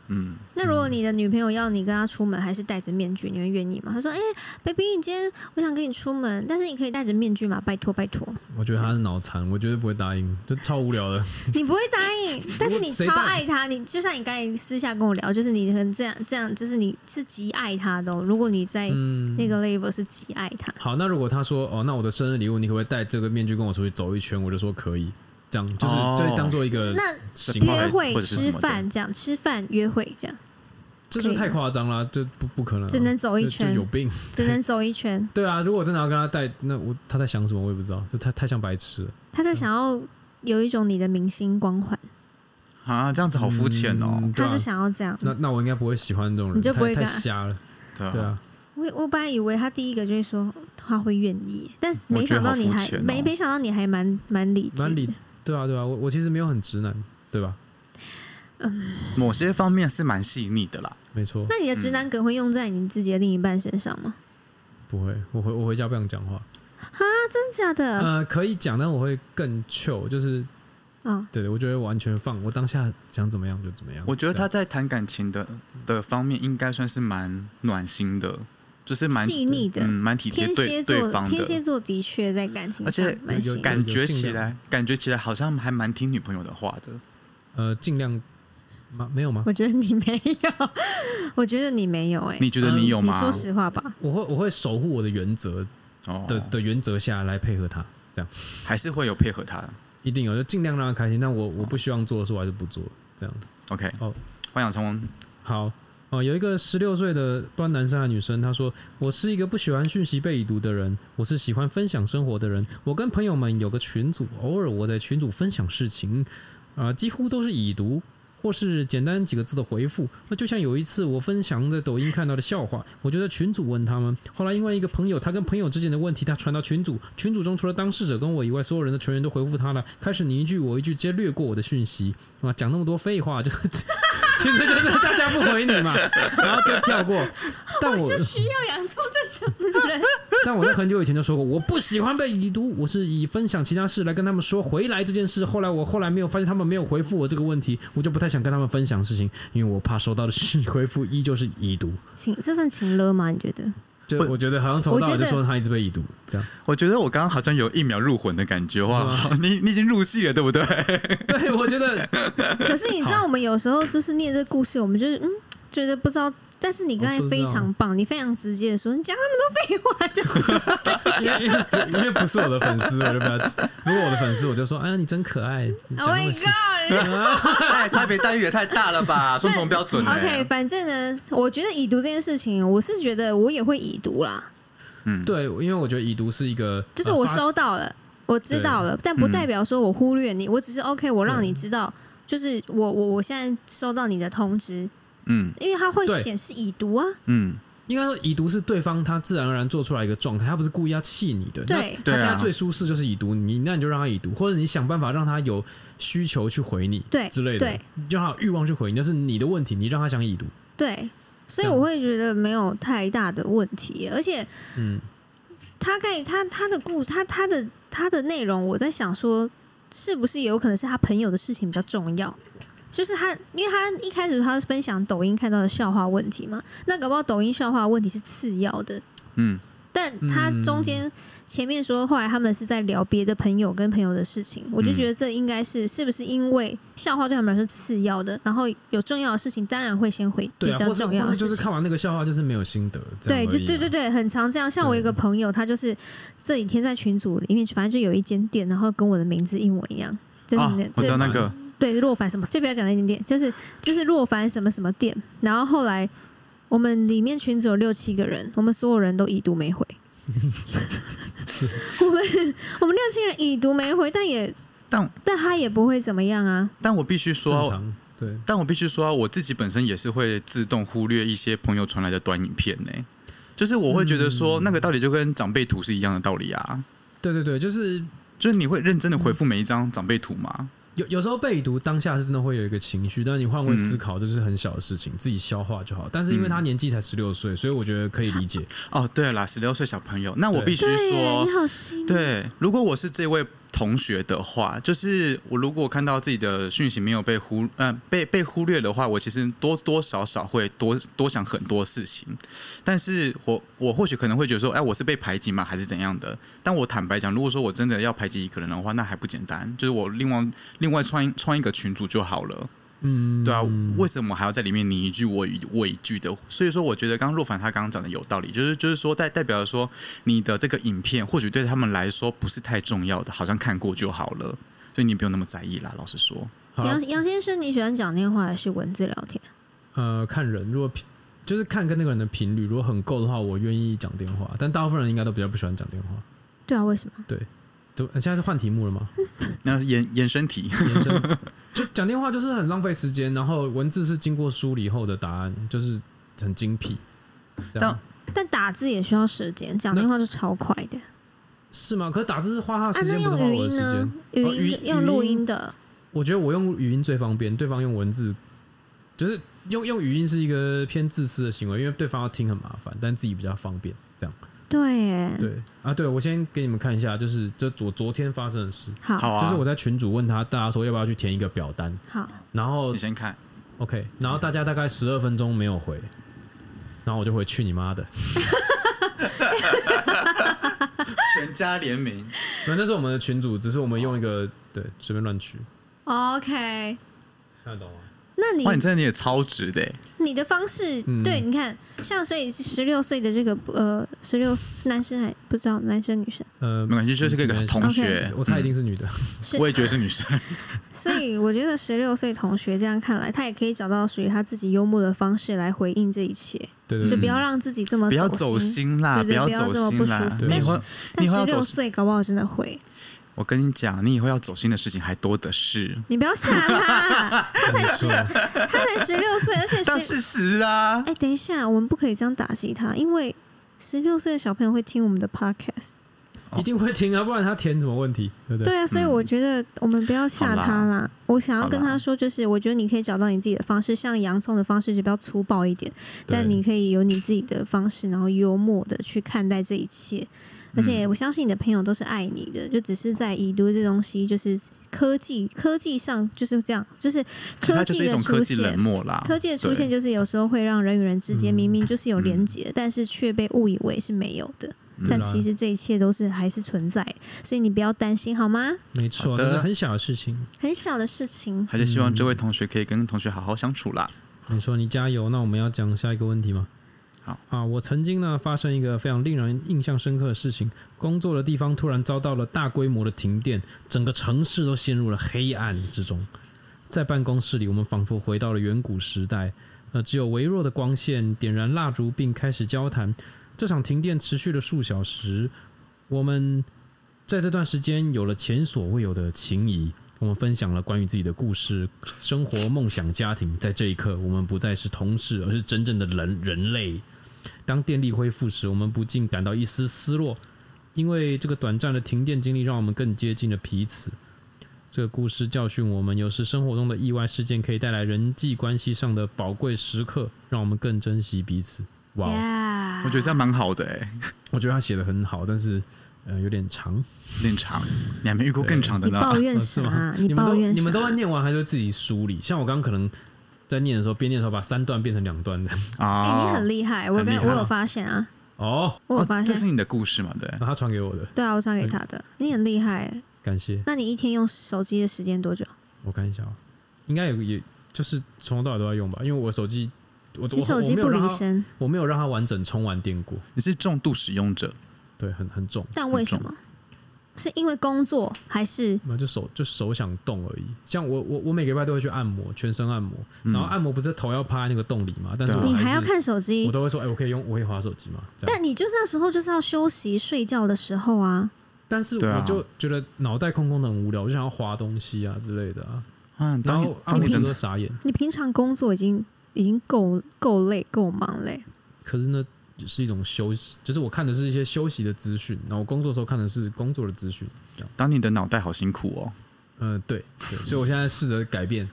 那如果你的女朋友要你跟她出门，还是戴着面具，你会愿意吗？她说：“baby， 你今天我想跟你出门，但是你可以戴着面具嘛，拜托拜托。”我觉得他是脑残，我绝对不会答应，就超无聊的。 你不会答应，但是你超爱他，你就像你刚才私下跟我聊，就是你很这样，就是你是极爱他的如果你在那个 level 是极爱他。 好，那如果他说那我的生日礼物，你可不可以戴这个面具跟我出去走一圈？我就说可以。这样就是当做一个那约会吃饭这样，吃饭约会这样， 这就太夸张了，这不可能， 只能走一圈， 就有病， 只能走一圈。 对啊，如果真的要跟他戴，那他在想什么我也不知道，就太像白痴了。 他就想要有一种你的明星光环啊，这样子好肤浅哦。 他就想要这样， 那我应该不会喜欢这种人， 你就不会太瞎了。对啊， 我本来以为他第一个就会说他会愿意，但是没想到你还没想到你还蛮理智。 对啊，我其实没有很直男，对吧？ 某些方面是蛮细腻的啦， 没错。 那你的直男梗会用在你自己的另一半身上吗？ 不会，我回家不想讲话。 哈，真的假的？ 可以讲，但我会更 chill，就是对，我觉得完全放，我当下想怎么样就怎么样。 我觉得他在谈感情的方面，应该算是蛮暖心的。就是蛮细腻的， 蛮体贴对方的。 天蝎座的确在感情上， 而且感觉起来好像还蛮听女朋友的话的。尽量没有吗？ 我觉得你没有，我觉得你没有你觉得你有吗？ 你说实话吧。 我会守护我的原则的原则下来配合他，这样还是会有配合他， 一定有，就尽量让他开心。但我不希望做的事，我还是不做，这样。 OK， 幻想成好。有一个16岁的不知道男生还是女生，他说：“我是一个不喜欢讯息被已读的人，我是喜欢分享生活的人。我跟朋友们有个群组，偶尔我在群组分享事情，几乎都是已读或是简单几个字的回复。那就像有一次我分享在抖音看到的笑话，我就在群组问他们。后来因为一个朋友，他跟朋友之间的问题，他传到群组，群组中除了当事者跟我以外，所有人的成员都回复他了。开始你一句我一句，直接略过我的讯息，讲那么多废话，就是其实就是大家不回你嘛，然后就跳过。但我是需要养出这种人。 但我在很久以前就说过，我不喜欢被已读，我是以分享其他事来跟他们说回来这件事。后来没有发现他们没有回复我这个问题，我就不太想跟他们分享事情，因为我怕收到的回复依旧是已读。 这算情勒吗？你觉得？ 就我觉得好像从头到尾就说他一直被已读，这样。 我觉得我刚刚好像有1秒入魂的感觉，哇！你已经入戏了，对不对？ 对，我觉得。 可是你知道，我们有时候就是念这个故事，我们就是觉得不知道。但是你刚才非常棒，你非常直接的说，你讲那么多废话就因为不是我的粉丝，我就不要。如果我的粉丝，我就说，哎呀，你真可爱。 Oh my god！ 差别待遇也太大了吧，双重标准。 OK， 反正呢，我觉得已读这件事情，我是觉得我也会已读啦。 对，因为我觉得已读是一个， 就是我收到了，我知道了，但不代表说我忽略你，我只是 OK， 我让你知道，就是我现在收到你的通知。因为它会显示已读啊。 应该说已读是对方他自然而然做出来一个状态，他不是故意要气你的。 对， 他现在最舒适就是已读，那你就让他已读，或者你想办法让他有需求去回你，对之类的，对，让他有欲望去回你，那是你的问题，你让他想已读。 对，所以我会觉得没有太大的问题，而且，他的故事，他的内容，我在想说，是不是有可能是他朋友的事情比较重要？就是他，因为他一开始他分享抖音看到的笑话问题嘛，那搞不好抖音笑话问题是次要的，但他中间前面说，后来他们是在聊别的朋友跟朋友的事情，我就觉得这应该是不是因为笑话对他们来说是次要的，然后有重要的事情当然会先回比较重要的事情， 就是看完那个笑话就是没有心得， 对，对，很常这样。像我一个朋友，他就是这几天在群组里面，反正就有一间店，然后跟我的名字一模一样，就是我知道那个。 对，若凡什么，就不要讲那间店，就是若凡什么什么店。然后后来我们里面群组有6、7个人，我们所有人都已读没回。我们6、7人已读没回，但他也不会怎么样啊。 但我必须说， 对， 但我必须说，我自己本身也是会自动忽略一些朋友传来的短影片呢。就是我会觉得说，那个道理就跟长辈图是一样的道理啊。 对，就是你会认真的回复每一张长辈图吗？ 有时候被已读当下是真的会有一个情绪，但是你换位思考，就是很小的事情，自己消化就好。但是因为他年纪才16岁，所以我觉得可以理解。 对啦，16岁小朋友，那我必须说， 你好心。 对，如果我是这位同学的话，就是我如果看到自己的讯息没有被忽略的话，我其实多多少少会多想很多事情。但是我或许可能会觉得说，我是被排挤吗，还是怎样的？但我坦白讲，如果说我真的要排挤一个人的话，那还不简单，就是我另外创一个群组就好了。对啊，为什么还要在里面你一句我一句的？所以说，我觉得刚刚若凡他刚刚讲的有道理，就是说代表说你的这个影片或许对他们来说不是太重要的，好像看过就好了，所以你不用那么在意啦。老实说， 杨先生，你喜欢讲电话还是文字聊天？ 看人，如果就是看跟那个人的频率，如果很够的话，我愿意讲电话，但大部分人应该都比较不喜欢讲电话。 对啊，为什么？ 对。现在是换题目了吗？ 那延伸题， 就讲电话就是很浪费时间，然后文字是经过梳理后的答案，就是很精辟。 但打字也需要时间，讲电话是超快的。 是吗？可是打字是花他的时间，不是花我的时间。 语音用录音的， 我觉得我用语音最方便，对方用文字，就是用语音是一个偏自私的行为，因为对方要听很麻烦，但自己比较方便，这样。 对对，我先给你们看一下，就是我昨天发生的事。 好， 就是我在群组问大家说要不要去填一个表单。 好， 然后你先看 ，OK， 然后大家大概12分钟没有回，然后我就回去你妈的， 全家联名。 那是我们的群组，只是我们用一个对随便乱取。 OK， 看得懂吗？ 那你你也超直的。 你的方式，对，你看，像所以16岁的这个16男生还不知道男生女生， 没关系，就是这个同学， 我猜一定是女的， 我也觉得是女生。 所以我觉得16岁同学这样看来，他也可以找到属于他自己幽默的方式来回应这一切。 对， 就不要让自己这么不要走心啦，不要走心啦。 但16岁搞不好真的会。 我跟你讲，你以后要走心的事情还多的是。 你不要吓他，他才16岁，而且但事实啊。 等一下，我们不可以这样打击他，因为16岁的小朋友会听我们的 podcast， 一定会听啊，不然他填什么问题，对不对？ 对啊，所以我觉得我们不要吓他啦。我想要跟他说，就是我觉得你可以找到你自己的方式，像洋葱的方式就比较粗暴一点，但你可以有你自己的方式，然后幽默的去看待这一切。而且我相信你的朋友都是爱你的，就只是在已读这东西，就是科技上就是这样，就是科技的出现，科技的出现就是有时候会让人与人之间明明就是有连结，但是却被误以为是没有的。但其实这一切都是还是存在，所以你不要担心，好吗？ 没错，这是很小的事情， 很小的事情。 还是希望这位同学可以跟同学好好相处啦。 没错，你加油。那我们要讲下一个问题吗？我曾经呢发生一个非常令人印象深刻的事情，工作的地方突然遭到了大规模的停电，整个城市都陷入了黑暗之中。在办公室里，我们仿佛回到了远古时代，只有微弱的光线，点燃蜡烛并开始交谈。这场停电持续了数小时，我们在这段时间有了前所未有的情谊。我们分享了关于自己的故事、生活、梦想、家庭。在这一刻，我们不再是同事，而是真正的人类。当电力恢复时，我们不禁感到一丝失落，因为这个短暂的停电经历让我们更接近了彼此。这个故事教训我们，有时生活中的意外事件可以带来人际关系上的宝贵时刻，让我们更珍惜彼此。哇、 yeah. 我觉得这样蛮好的我觉得他写得很好，但是有点长， 你还没遇过更长的呢？ 你抱怨什么？你抱怨你们都会念完还是自己梳理？像我刚刚可能在念的时候，边念的时候把3段变成2段的。 你很厉害，我有发现啊。我有发现， 这是你的故事嘛？对， 他传给我的。 对啊，我传给他的。你很厉害， 感谢。 那你一天用手机的时间多久？ 我看一下，应该也就是从头到尾都要用吧，因为我手机， 你手机不离身， 我没有让它完整充完电过。 你是重度使用者， 对，很重。 但为什么？是因为工作还是？ 就手想动而已。像我每个礼拜都会去按摩，全身按摩，然后按摩不是头要趴在那个洞里嘛？但是你还要看手机， 我都会说，我可以滑手机嘛。 但你就是那时候就是要休息睡觉的时候啊。 但是我就觉得脑袋空空的很无聊，我就想要滑东西啊之类的啊。然后按摩师都傻眼。 你平常工作已经够累够忙嘞。 可是呢？是一种休息，就是我看的是一些休息的资讯，然后我工作的时候看的是工作的资讯。 当你的脑袋好辛苦哦。 对，所以我现在试着改变，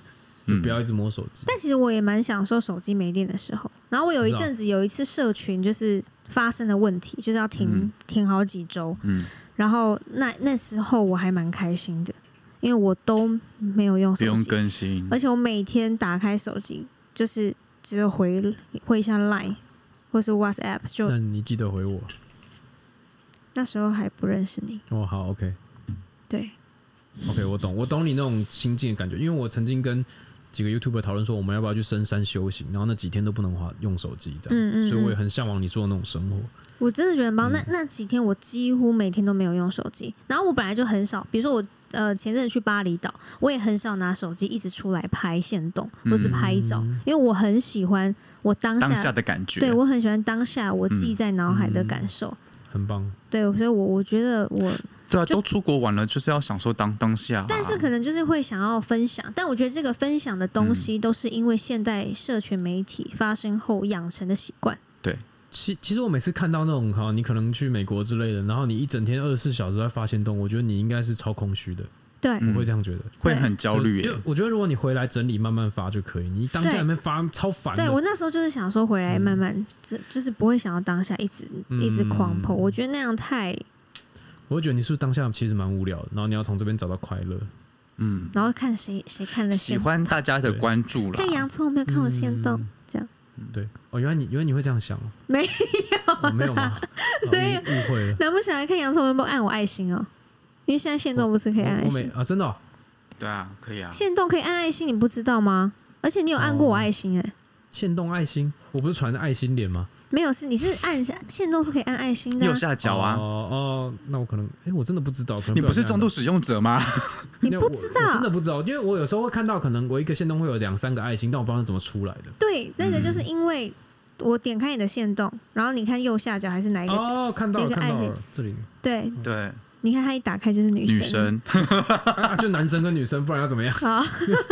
就不要一直摸手机。 但其实我也蛮享受手机没电的时候。然后我有一阵子有一次社群就是发生的问题，就是要停好几周。然后那时候我还蛮开心的，因为我都没有用手机， 不用更新， 而且我每天打开手机就是只有回一下 Line 或是 WhatsApp 就。 那你记得回我？ 那时候还不认识你。 哦，好 ，OK。 对。 OK， 我懂你那种心境的感觉，因为我曾经跟几个 YouTuber 讨论说，我们要不要去深山修行，然后那几天都不能用手机，这样，所以我也很向往你说的那种生活。 我真的觉得很棒。那几天我几乎每天都没有用手机，然后我本来就很少，比如说我前阵子去巴厘岛，我也很少拿手机一直出来拍限动或是拍照，因为我很喜欢我当下的感觉， 对我很喜欢当下我记在脑海的感受， 很棒。 对，所以我觉得我。 对啊，都出国玩了，就是要享受当下。 但是可能就是会想要分享，但我觉得这个分享的东西都是因为现代社群媒体发生后养成的习惯。 对， 其实我每次看到那种你可能去美国之类的，然后你一整天24小时在发限动，我觉得你应该是超空虚的。 对， 我会这样觉得， 会很焦虑。 我觉得如果你回来整理慢慢发就可以，你当下里面发超烦的。 对，我那时候就是想说回来慢慢，就是不会想要当下一直狂po，我觉得那样太。 我会觉得你是不是当下其实蛮无聊的，然后你要从这边找到快乐， 然后看谁看了喜欢大家的关注啦。 看洋葱有没有看我限动，这样。 对，原来你会这样想， 没有， 没有吗？所以误会了。 难不想来看洋葱有没有按我爱心哦？因为现在限动不是可以按爱心啊？真的？ 对啊，可以啊。 限动可以按爱心，你不知道吗？而且你有按过我爱心限动爱心，我不是传爱心脸吗？ 没有，你是按限动是可以按爱心的右下角啊。 那我可能我真的不知道。 你不是重度使用者吗？ 你不知道？ 我真的不知道，因为我有时候会看到，可能我一个限动会有2-3个爱心，但我不知道怎么出来的。 对，那个就是因为我点开你的限动，然后你看右下角还是哪一个？ 看到了，这里。 对。你看他一打开就是女生就男生跟女生，不然要怎么样？ 好，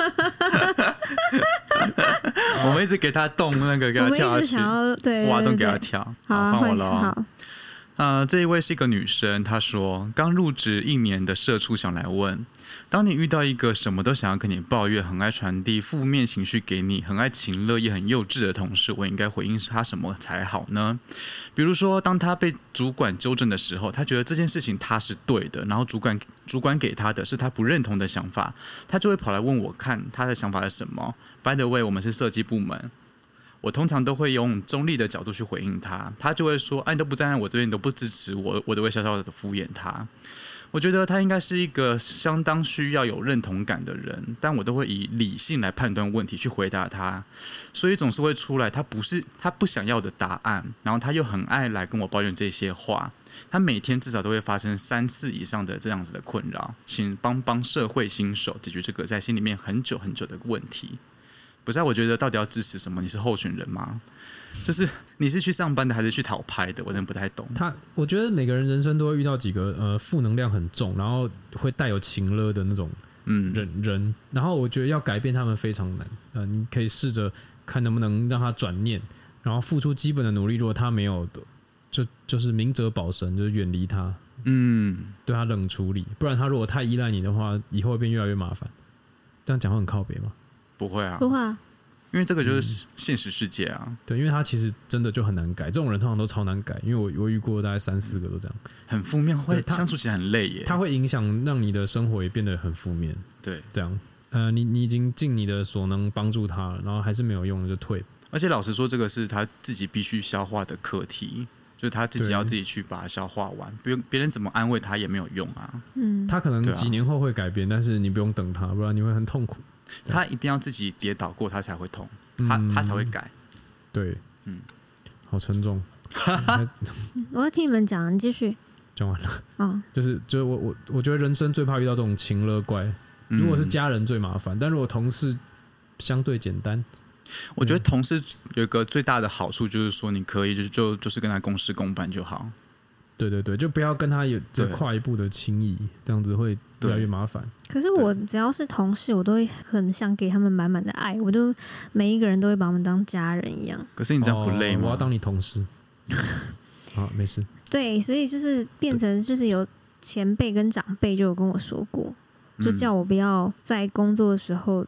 我们一直给他动那个，给他跳下去，挖洞给他跳。好，换我了。这一位是一个女生，她说刚入职1年的社畜想来问，当你遇到一个什么都想要跟你抱怨、很爱传递负面情绪给你、很爱情乐也很幼稚的同事，我应该回应他什么才好呢？比如说当他被主管纠正的时候，他觉得这件事情他是对的，然后主管给他的是他不认同的想法，他就会跑来问我看他的想法是什么。 By the way， 我们是设计部门，我通常都会用中立的角度去回应他，他就会说你都不站在我这边，你都不支持我，我都会小小的敷衍他。我觉得他应该是一个相当需要有认同感的人，但我都会以理性来判断问题去回答他，所以总是会出来他不想要的答案，然后他又很爱来跟我抱怨这些话，他每天至少都会发生3次以上的这样子的困扰，请帮社会新手解决这个在心里面很久很久的问题。不是我觉得到底要支持什么？你是候选人吗？就是你是去上班的还是去讨拍的？我真的不太懂。 我觉得每个人人生都会遇到几个负能量很重，然后会带有情勒的那种人，然后我觉得要改变他们非常难。你可以试着看能不能让他转念，然后付出基本的努力。如果他没有的，就是明哲保身，就是远离他，对他冷处理。不然他如果太依赖你的话，以后会变越来越麻烦。这样讲会很靠北吗？ 不会啊， 不会啊。 因为这个就是现实世界啊， 对，因为他其实真的就很难改，这种人通常都超难改，因为我遇过大概3-4个都这样， 很负面，会相处起来很累耶， 他会影响让你的生活也变得很负面， 对， 这样，你已经尽你的所能帮助他了，然后还是没有用就退。 而且老实说，这个是他自己必须消化的课题，就是他自己要自己去把它消化完，别人怎么安慰他也没有用啊。 他可能几年后会改变，但是你不用等他，不然你会很痛苦。 他一定要自己跌倒过，他才会痛，他才会改。 对，好沉重。 我要听你们讲，你继续。 讲完了。就是我觉得人生最怕遇到这种情勒怪。如果是家人最麻烦，但如果同事相对简单。 我觉得同事有一个最大的好处就是说，你可以就是跟他公事公办就好。 对对对，就不要跟他有跨一步的情谊，这样子会越来越麻烦。 可是我只要是同事，我都会很想给他们满满的爱，我就每一个人都会把他们当家人一样。 可是你这样不累吗？ 我要当你同事。好，没事。 对，所以就是变成就是有前辈跟长辈就有跟我说过，就叫我不要在工作的时候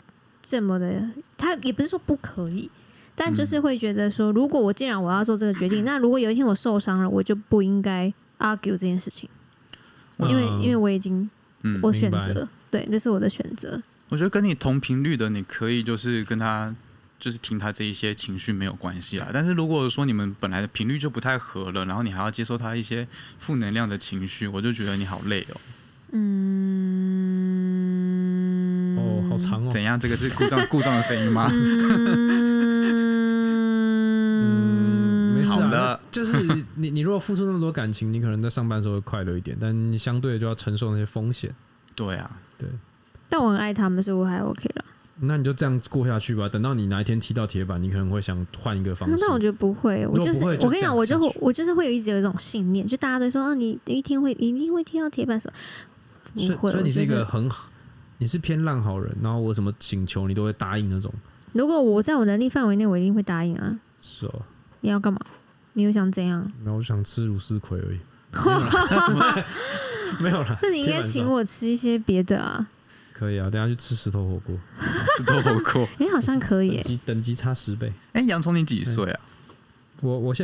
这么的，他也不是说不可以，但就是会觉得说，如果既然我要做这个决定，那如果有一天我受伤了，我就不应该 argue 这件事情，因为我已经我选择，对，这是我的选择。 我觉得跟你同频率的，你可以就是跟他就是听他这一些情绪没有关系啦。但是如果说你们本来的频率就不太合了，然后你还要接受他一些负能量的情绪，我就觉得你好累哦。 好长哦。 怎样？这个是故障的声音吗？ 没事啊。就是你如果付出那么多感情，你可能在上班的时候会快乐一点，但你相对就要承受那些风险。 对啊， 对。 但我很爱他们，所以我还 OK 了。 那你就这样过下去吧。等到你哪一天踢到铁板，你可能会想换一个方式。 那我觉得不会，我跟你讲，我就是会一直有一种信念，就大家都说你一定会踢到铁板什么。 所以你是一个你是偏烂好人，然后我什么请求你都会答应那种。 如果我在我能力范围内，我一定会答应啊。 是哦。 你要干嘛？你又想怎样？ 没有，我想吃芦丝葵而已。没有啦。 那你应该请我吃一些别的啊。 可以啊，等一下去吃石头火锅。 石头火锅， 好像可以。 等级差10倍。 洋葱你几岁啊？ 我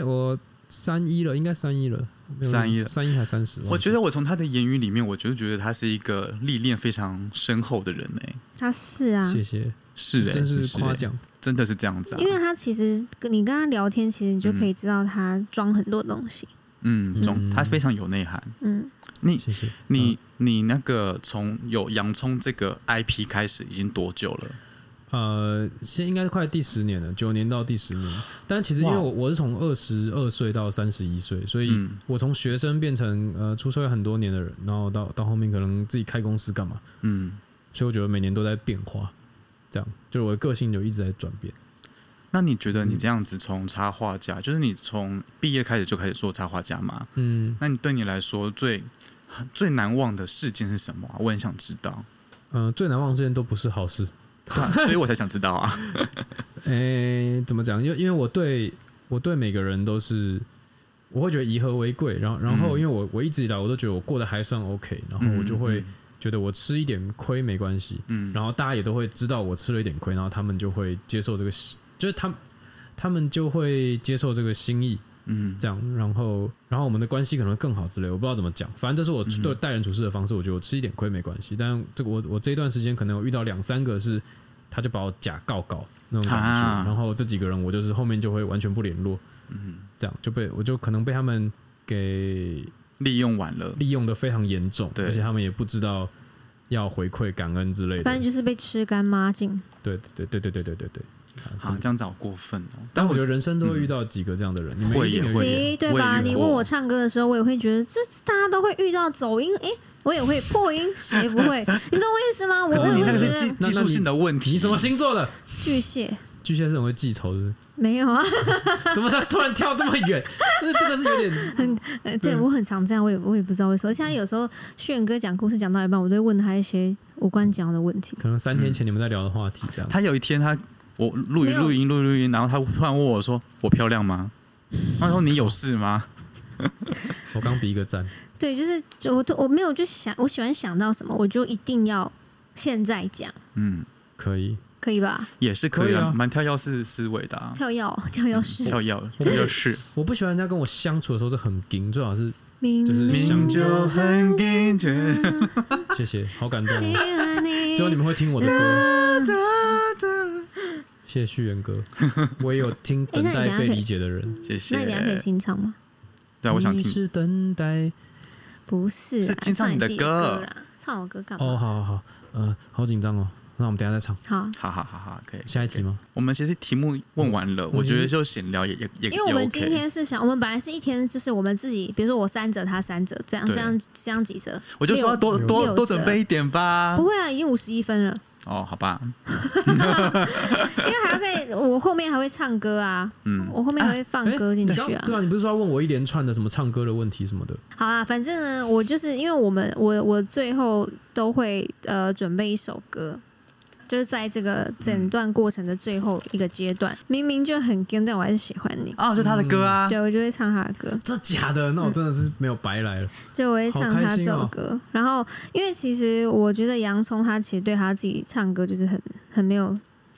31了，应该31了。31还30。 我觉得我从他的言语里面，我就觉得他是一个历练非常深厚的人哎。 他是啊， 谢谢， 是真是夸奖， 真的是这样子啊。 因为他其实你跟他聊天，其实你就可以知道他装很多东西。 他非常有内涵。 谢谢。 你那个从有洋葱这个 IP 开始已经多久了？ 现在应该快第10年了，9年到第10年。但其实因为我是从22岁到31岁，所以我从学生变成出社会很多年的人，然后到后面可能自己开公司干嘛，所以我觉得每年都在变化，这样就是我的个性就一直在转变。 那你觉得你这样子从插画家，就是你从毕业开始就开始做插画家吗？那你对你来说最难忘的事件是什么啊？我很想知道。 最难忘的事件都不是好事。 所以我才想知道啊。 怎么讲？因为我对每个人都是，我会觉得以和为贵。然后因为我一直以来我都觉得我过得还算 OK， 然后我就会觉得我吃一点亏没关系。然后大家也都会知道我吃了一点亏，然后他们就会接受这个，就是他们就会接受这个心意。这样，然后我们的关系可能会更好之类，我不知道怎么讲，反正这是我对待人处事的方式。我觉得我吃一点亏没关系，但这个我这一段时间可能有遇到2-3个是，他就把我假告那种感觉，然后这几个人我就是后面就会完全不联络，这样我就可能被他们给利用完了， 利用的非常严重，而且他们也不知道要回馈感恩之类的， 反正就是被吃干抹净。 对。 这样子好过分哦！ 但我觉得人生都会遇到几个这样的人，你们一定会， 对吧？你问我唱歌的时候，我也会觉得，这大家都会遇到走音，我也会破音，谁不会？你懂我意思吗？ 可是你那个是技术性的问题。 你什么星座的？ 巨蟹。 巨蟹是很会记仇的。 没有啊？ 怎么他突然跳这么远？这个是有点对我很常这样，我也不知道为什么。现在有时候炫哥讲故事讲到一半，我都会问他一些无关紧要的问题。 可能3天前你们在聊的话题这样。 他有一天我录音，然后他突然问我说：“我漂亮吗？”他说：“你有事吗？” 我刚比一个赞。 对，就是我没有就想，我喜欢想到什么，我就一定要现在讲。 可以吧？ 也是可以啊，蛮跳跃式思维的啊。 跳跃式。 我不喜欢人家跟我相处的时候是很硬，最好是明就很硬。 谢谢，好感动哦。只有你们会听我的歌。谢谢旭元哥，我也有听等待被理解的人。 谢谢。 那你可以清唱吗？ 对，我想听。 你是等待， 不是清唱你的歌啦。唱我歌干嘛？ 好，好紧张哦。那我们等一下再唱。 好，可以。 下一题吗？ 我们其实题目问完了，我觉得就闲聊也因为我们今天是想，我们本来是一天，就是我们自己，比如说我3则，他3则，这样几则。 我就说多准备一点吧。 不会啊，已经51分了。 哦，好吧。 因为还要我后面还会唱歌啊，我后面还会放歌进去啊。 对啊，你不是说要问我一连串的什么唱歌的问题什么的？ 好啊，反正呢，我就是因为我最后都会准备一首歌。就是在这个整段过程的最后一个阶段，明明就很跟，但我还是喜欢你。 就他的歌啊， 对，我就会唱他的歌。 这假的？那我真的是没有白来了。 就我会唱他这首歌，然后因为其实我觉得洋葱他其实对他自己唱歌就是很没有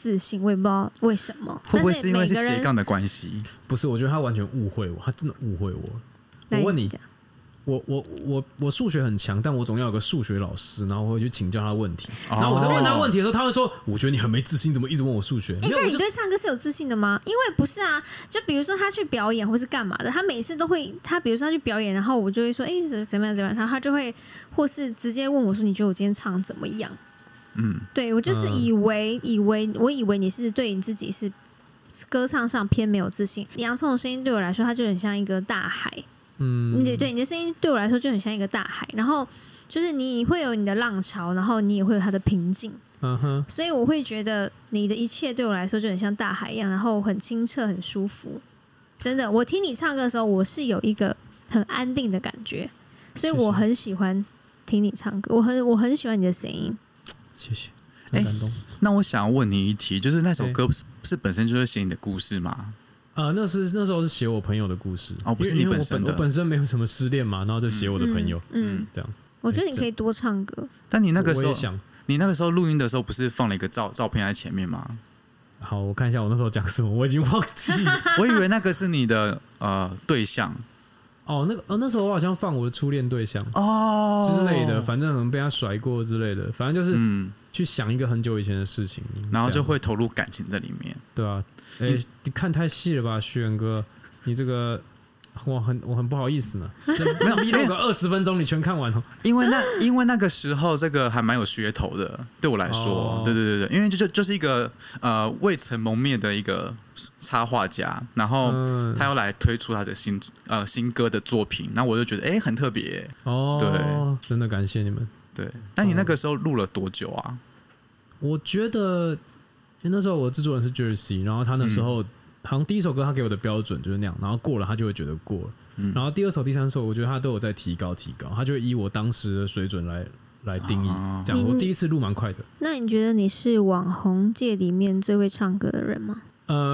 自信，我也不知道为什么。 会不会是因为是斜杠的关系？ 不是，我觉得他完全误会我，他真的误会我。我问你，我数学很强，但我总要有个数学老师，然后我会去请教他问题。然后我在问他问题的时候，他会说：“我觉得你很没自信，怎么一直问我数学？” 那你对唱歌是有自信的吗？因为不是啊，就比如说他去表演或是干嘛的，他每次都会，他比如说他去表演，然后我就会说：“怎么样？”然后他就会或是直接问我说：“你觉得我今天唱怎么样？”对我就是以为你是对你自己是歌唱上偏没有自信。洋葱的声音对我来说，它就很像一个大海。对，你的声音对我来说就很像一个大海，然后就是你会有你的浪潮，然后你也会有它的平静。所以我会觉得你的一切对我来说就很像大海一样，然后很清澈、很舒服。真的，我听你唱歌的时候，我是有一个很安定的感觉，所以我很喜欢听你唱歌，我很喜欢你的声音。 谢谢，很感动。 那我想要问你一题，就是那首歌是本身就是写你的故事吗？ 那时候是写我朋友的故事不是你本身的。 我本身没有什么失恋嘛，然后就写我的朋友，这样。 我觉得你可以多唱歌。 但你那个时候，你那个时候录音的时候，不是放了一个照片在前面吗？ 好，我看一下我那时候讲什么，我已经忘记。 我以为那个是你的对象。 那时候我好像放我的初恋对象之类的，反正可能被他甩过之类的，反正就是去想一个很久以前的事情， 然后就会投入感情在里面。 对啊，你看太细了吧，旭元哥，你这个我很不好意思呢。没有，vlog 20分钟你全看完了。 因为那个时候这个还蛮有噱头的，对我来说，对，因为就是一个未曾谋面的一个插画家，然后他要来推出他的新歌的作品，然后我就觉得很特别。对， 真的感谢你们。 对，那你那个时候录了多久啊？ 我觉得那时候我的制作人是 Jersey， 然后他那时候好像第一首歌他给我的标准就是那样，然后过了他就会觉得过了，然后第二首、第三首我觉得他都有在提高，他就会以我当时的水准来定义。这样我第一次录蛮快的。 那你觉得你是网红界里面最会唱歌的人吗？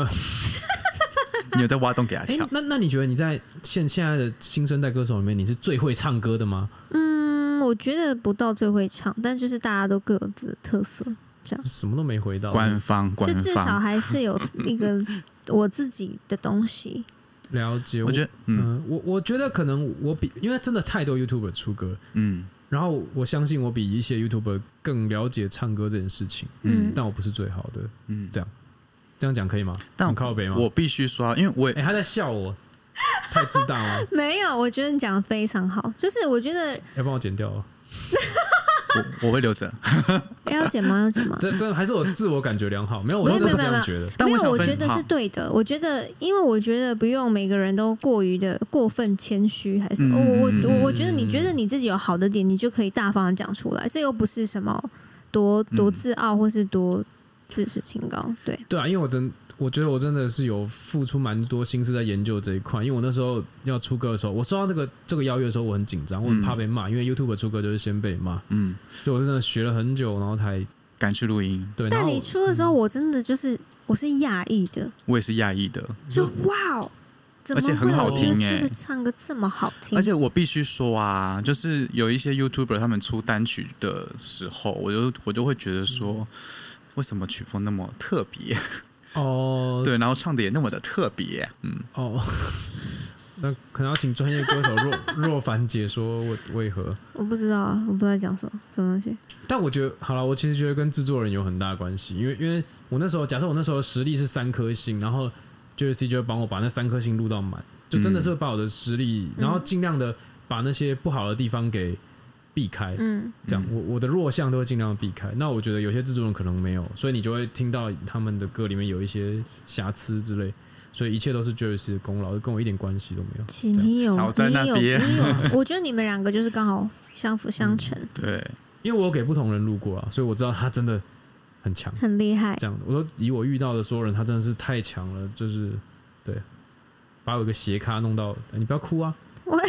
你有在挖洞给他跳？ 那你觉得你在现在的新生代歌手里面，你是最会唱歌的吗？ 我觉得不到最会唱，但就是大家都各有自的特色。 什么都没回到官方， 就至少还是有一个我自己的东西。 了解， 我觉得， 我觉得可能因为真的太多 YouTuber 出歌，然后我相信我比一些 YouTuber 更了解唱歌这件事情，但我不是最好的，这样讲可以吗？ 但靠北吗？ 我必须说，因为他在笑我，太自大了。 没有，我觉得你讲的非常好，就是我觉得要帮我剪掉。 我会留着。 要剪吗？要剪吗？ 真的还是我自我感觉良好，没有，我真的这样觉得。 没有，我觉得是对的。我觉得，因为我觉得不用每个人都过分谦虚，还是我觉得你觉得你自己有好的点，你就可以大方的讲出来，这又不是什么多自傲或是多自视清高。对啊，因为我觉得我真的是有付出蛮多心思在研究这一块，因为我那时候要出歌的时候，我收到这个邀约的时候，我很紧张，我很怕被骂，因为 YouTube 出歌就是先被骂，所以我真的学了很久，然后才敢去录音。 对， 但你出的时候，我真的就是我是讶异的， 我也是讶异的， 就哇哦， 而且很好听唱歌这么好听， 而且我必须说啊，就是有一些 YouTuber 他们出单曲的时候，我就会觉得说，为什么曲风那么特别？对，然后唱的也那么的特别， 那可能要请专业歌手若凡解说为何？ 我不知道啊，我不知道在讲什么东西。 但我觉得好了，我其实觉得跟制作人有很大的关系，因为我那时候假设我那时候实力是3颗星，然后 JC 就会帮我把那3颗星录到满，就真的是把我的实力，然后尽量的把那些不好的地方给避开，这样我的弱项都会尽量避开。那我觉得有些制作人可能没有，所以你就会听到他们的歌里面有一些瑕疵之类，所以一切都是 Jersey 的功劳，跟我一点关系都没有。 你有， 少在那边。 我觉得你们2个就是刚好相辅相成。 对， 因为我有给不同人录过啊，所以我知道他真的很强， 很厉害。 这样，我说以我遇到的所有人，他真的是太强了，就是对，把我一个斜咖弄到，你不要哭啊！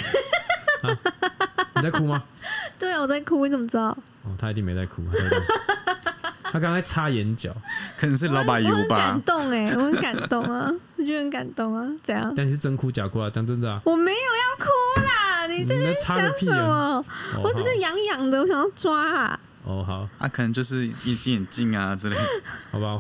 你在哭吗？ 对啊，我在哭，你怎么知道？ 他一定没在哭，他刚才擦眼角， 可能是老把油吧。 我很感动我很感动啊，我觉得很感动啊，怎样？ 但你是真哭假哭啊？讲真的啊， 我没有要哭啦，你这边想什么？我只是痒痒的，我想要抓啊。 好， 可能就是隐形眼镜啊之类的， 好吧。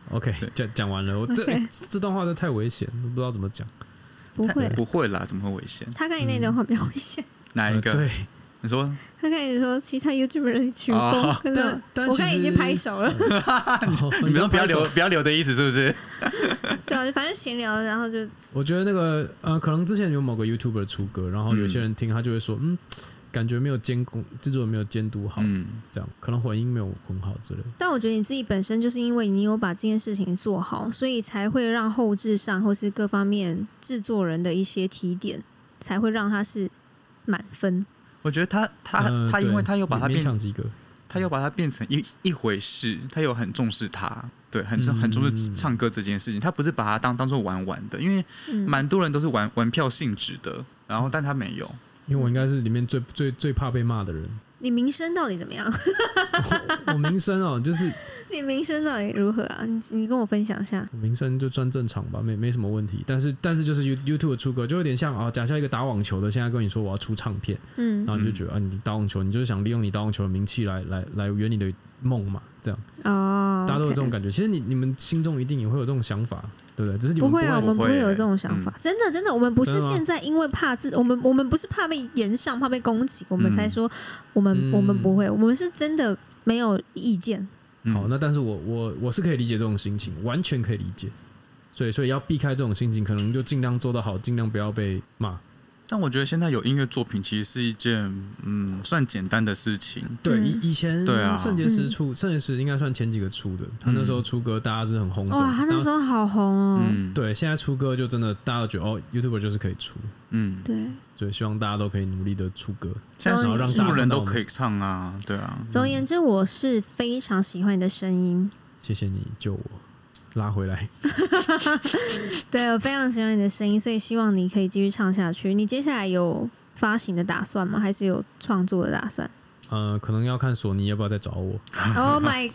OK， 讲完了。这段话都太危险，不知道怎么讲。 不会啦，怎么会危险？ 他看你那段话比较危险。 哪一个？ 对， 你说他看你说其他 YouTuber 的曲风，但我看已经拍手了。 你们不要留的意思是不是？ 对啊，反正闲聊，然后就我觉得那个可能之前有某个 YouTuber 出歌，然后有些人听他就会说，感觉没有监控，制作人没有监督好，这样可能混音没有混好之类的。 但我觉得你自己本身就是因为你有把这件事情做好，所以才会让后制上或是各方面制作人的一些提点，才会让他是满分。 我觉得他因为他又把它变成一回事，他又很重视他，对，很重视唱歌这件事情，他不是把它当做玩的，因为蛮多人都是玩票性质的，然后但他没有。 因为我应该是里面最怕被骂的人。 你名声到底怎么样？ 我名声哦，就是你名声到底如何啊？你跟我分享一下。 我名声就算正常吧，没什么问题。但是就是 YouTube 出歌就有点像假设一个打网球的，现在跟你说我要出唱片，然后你就觉得你打网球，你就是想利用你打网球的名气来圆你的梦嘛，这样。大家都有这种感觉。其实你们心中一定也会有这种想法。对不对？只是你们不会啊，我们不会有这种想法。真的，我们不是现在因为怕我们不是怕被延上、怕被攻击，我们才说我们不会，我们是真的没有意见。 好，那但是我是可以理解这种心情，完全可以理解。所以要避开这种心情，可能就尽量做得好，尽量不要被骂。 但我觉得现在有音乐作品其实是一件算简单的事情。 对，以前圣结石应该算前几个出的，他那时候出歌大家是很红的。 哇，他那时候好红哦。 对，现在出歌就真的大家都觉得YouTuber 就是可以出。 对。 所以希望大家都可以努力的出歌， 现在让素人都可以唱啊，对啊。 总而言之，我是非常喜欢你的声音。 谢谢你救我。拉回来。 对，我非常喜欢你的声音，所以希望你可以继续唱下去。你接下来有发行的打算吗？还是有创作的打算？ 可能要看索尼要不要再找我。 Oh my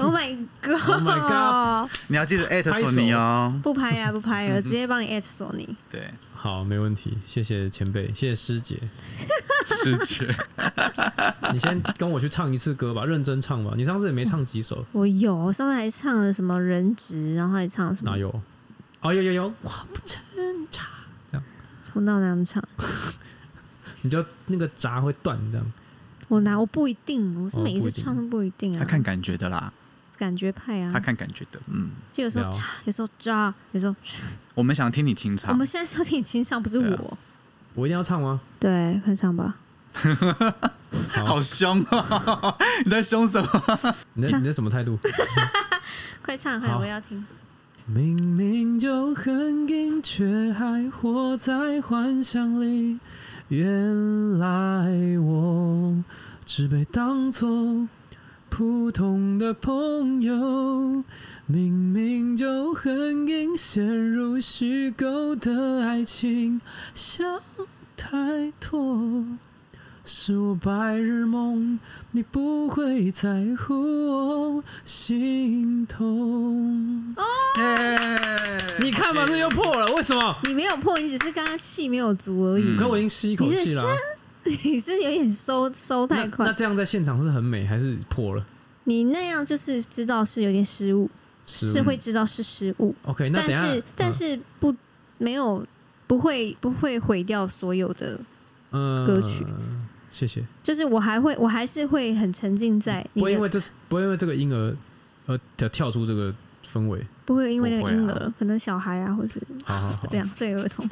god！ 你要记得@索尼哦。 不拍啊，直接帮你索尼。 对， 好，没问题，谢谢前辈，谢谢师姐。 师姐， 你先跟我去唱一次歌吧，认真唱吧。你上次也没唱几首。 我上次还唱了什么人质，然后还唱什么？ 哪有？有，哇不成茶这样。 从到哪样唱？ 你就那个闸会断这样。 我不一定，我每一次唱都不一定啊。 他看感觉的啦， 感觉派啊。 他看感觉的， 就有时候有时候渣，有时候。 我们想听你清唱。 我们现在是要听你清唱，不是我。 我一定要唱吗？ 对，快唱吧。 好凶啊！你在凶什么？ 你在什么态度？ 快唱，我要听。 明明就很硬，却还活在幻想里。原来我只被当作普通的朋友，明明就很硬，陷入虚构的爱情，想太多。是我白日梦，你不会在乎我心痛。你看嘛，这又破了，为什么？ 你没有破，你只是刚刚气没有足而已。 可我已经吸一口气了。 你是有点收太快。 那这样在现场是很美，还是破了？ 你那样就是知道是有点失误，是会知道是失误。 OK， 那等一下， 但是不会毁掉所有的歌曲。 谢谢。 就是我还是会很沉浸在你的。 不会因为这个婴儿而跳出这个氛围。 不会因为那个婴儿，可能小孩啊，或是2岁儿童。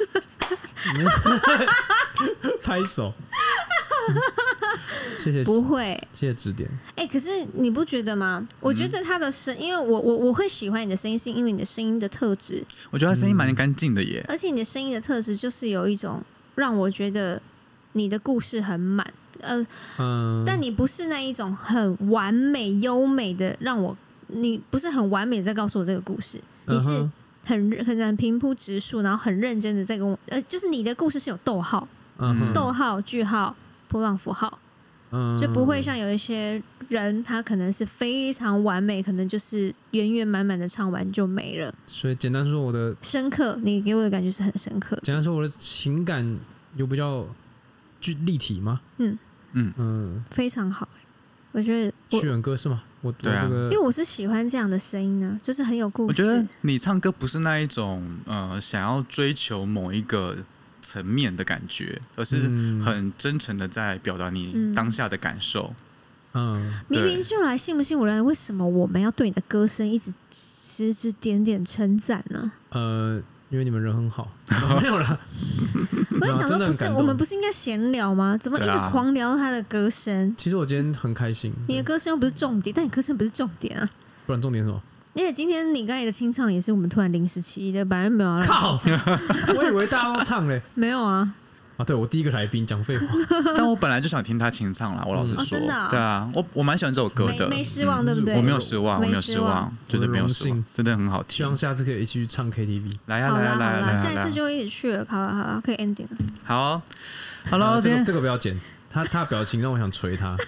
拍手。谢谢。 不会。 谢谢指点。 可是你不觉得吗？我觉得他的声，因为我会喜欢你的声音，是因为你的声音的特质。 我觉得他声音蛮干净的耶。 而且你的声音的特质就是有一种让我觉得你的故事很满，但你不是那一种很完美优美的你不是很完美的在告诉我这个故事，你是很平铺直述，然后很认真的在跟我，就是你的故事是有逗号、逗号、句号、波浪符号，就不会像有一些人他可能是非常完美，可能就是圆圆满满的唱完就没了。 所以简单说，我的深刻，你给我的感觉是很深刻。 简单说，我的情感有比较立体吗？ 非常好。 我觉得旭文哥是吗？ 对啊， 因为我是喜欢这样的声音啊，就是很有故事。 我觉得你唱歌不是那一种想要追求某一个层面的感觉，而是很真诚的在表达你当下的感受。 明明就来信不信我来，为什么我们要对你的歌声一直指指点点称赞呢？ 因为你们人很好，没有啦。 我在想说，不是我们不是应该闲聊吗？怎么一直狂聊他的歌声？ 其实我今天很开心。 你的歌声又不是重点，但你歌声不是重点啊。 不然重点是什么？ 因为今天你刚才的清唱也是我们突然临时起意的，本来没有要靠，我以为大家都唱嘞。 没有啊。 对，我第一个来宾讲废话， 但我本来就想听他清唱啦。我老实说， 真的， 对啊，我蛮喜欢这首歌的， 没失望，对不对？ 我没有失望，绝对没有失望，真的很好听。 希望下次可以一起去唱 KTV。 来呀， 下一次就一起去了。好了，可以 ending 了。 好了， 这个不要剪。他表情让我想捶他。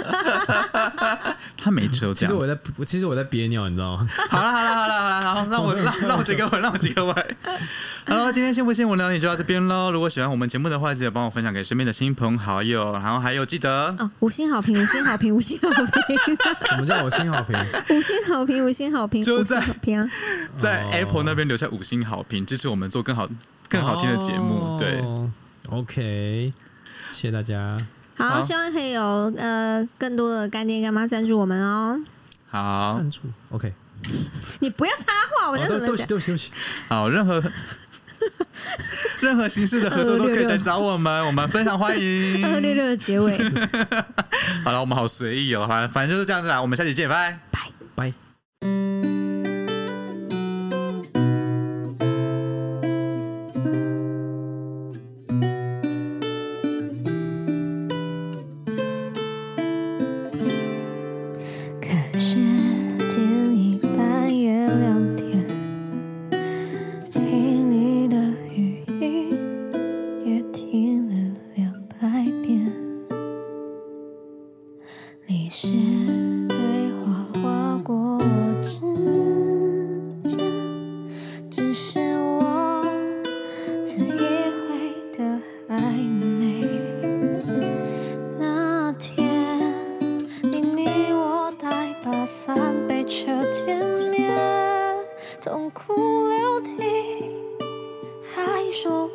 他每次都这样。 其实我在憋尿，你知道吗？ 好了，让我几个位。好了，今天信不信我聊你就到这边喽。如果喜欢我们节目的话，记得帮我分享给身边的亲朋好友，然后还有记得 5星好评。什么叫5星好评 ？5星好评， 就在 Apple 那边留下5星好评，支持我们做更好听的节目。对 ，OK， 谢谢大家。 好，希望可以有更多的干爹干妈赞助我们哦。 好， 赞助 OK。 你不要插话，我在怎么讲？ 对不起。 好，任何形式的合作都可以来找我们，我们非常欢迎。 266的结尾。 好了，我们好随意哦，反正就是这样子啦，我们下期见，拜拜。 痛哭流涕，还说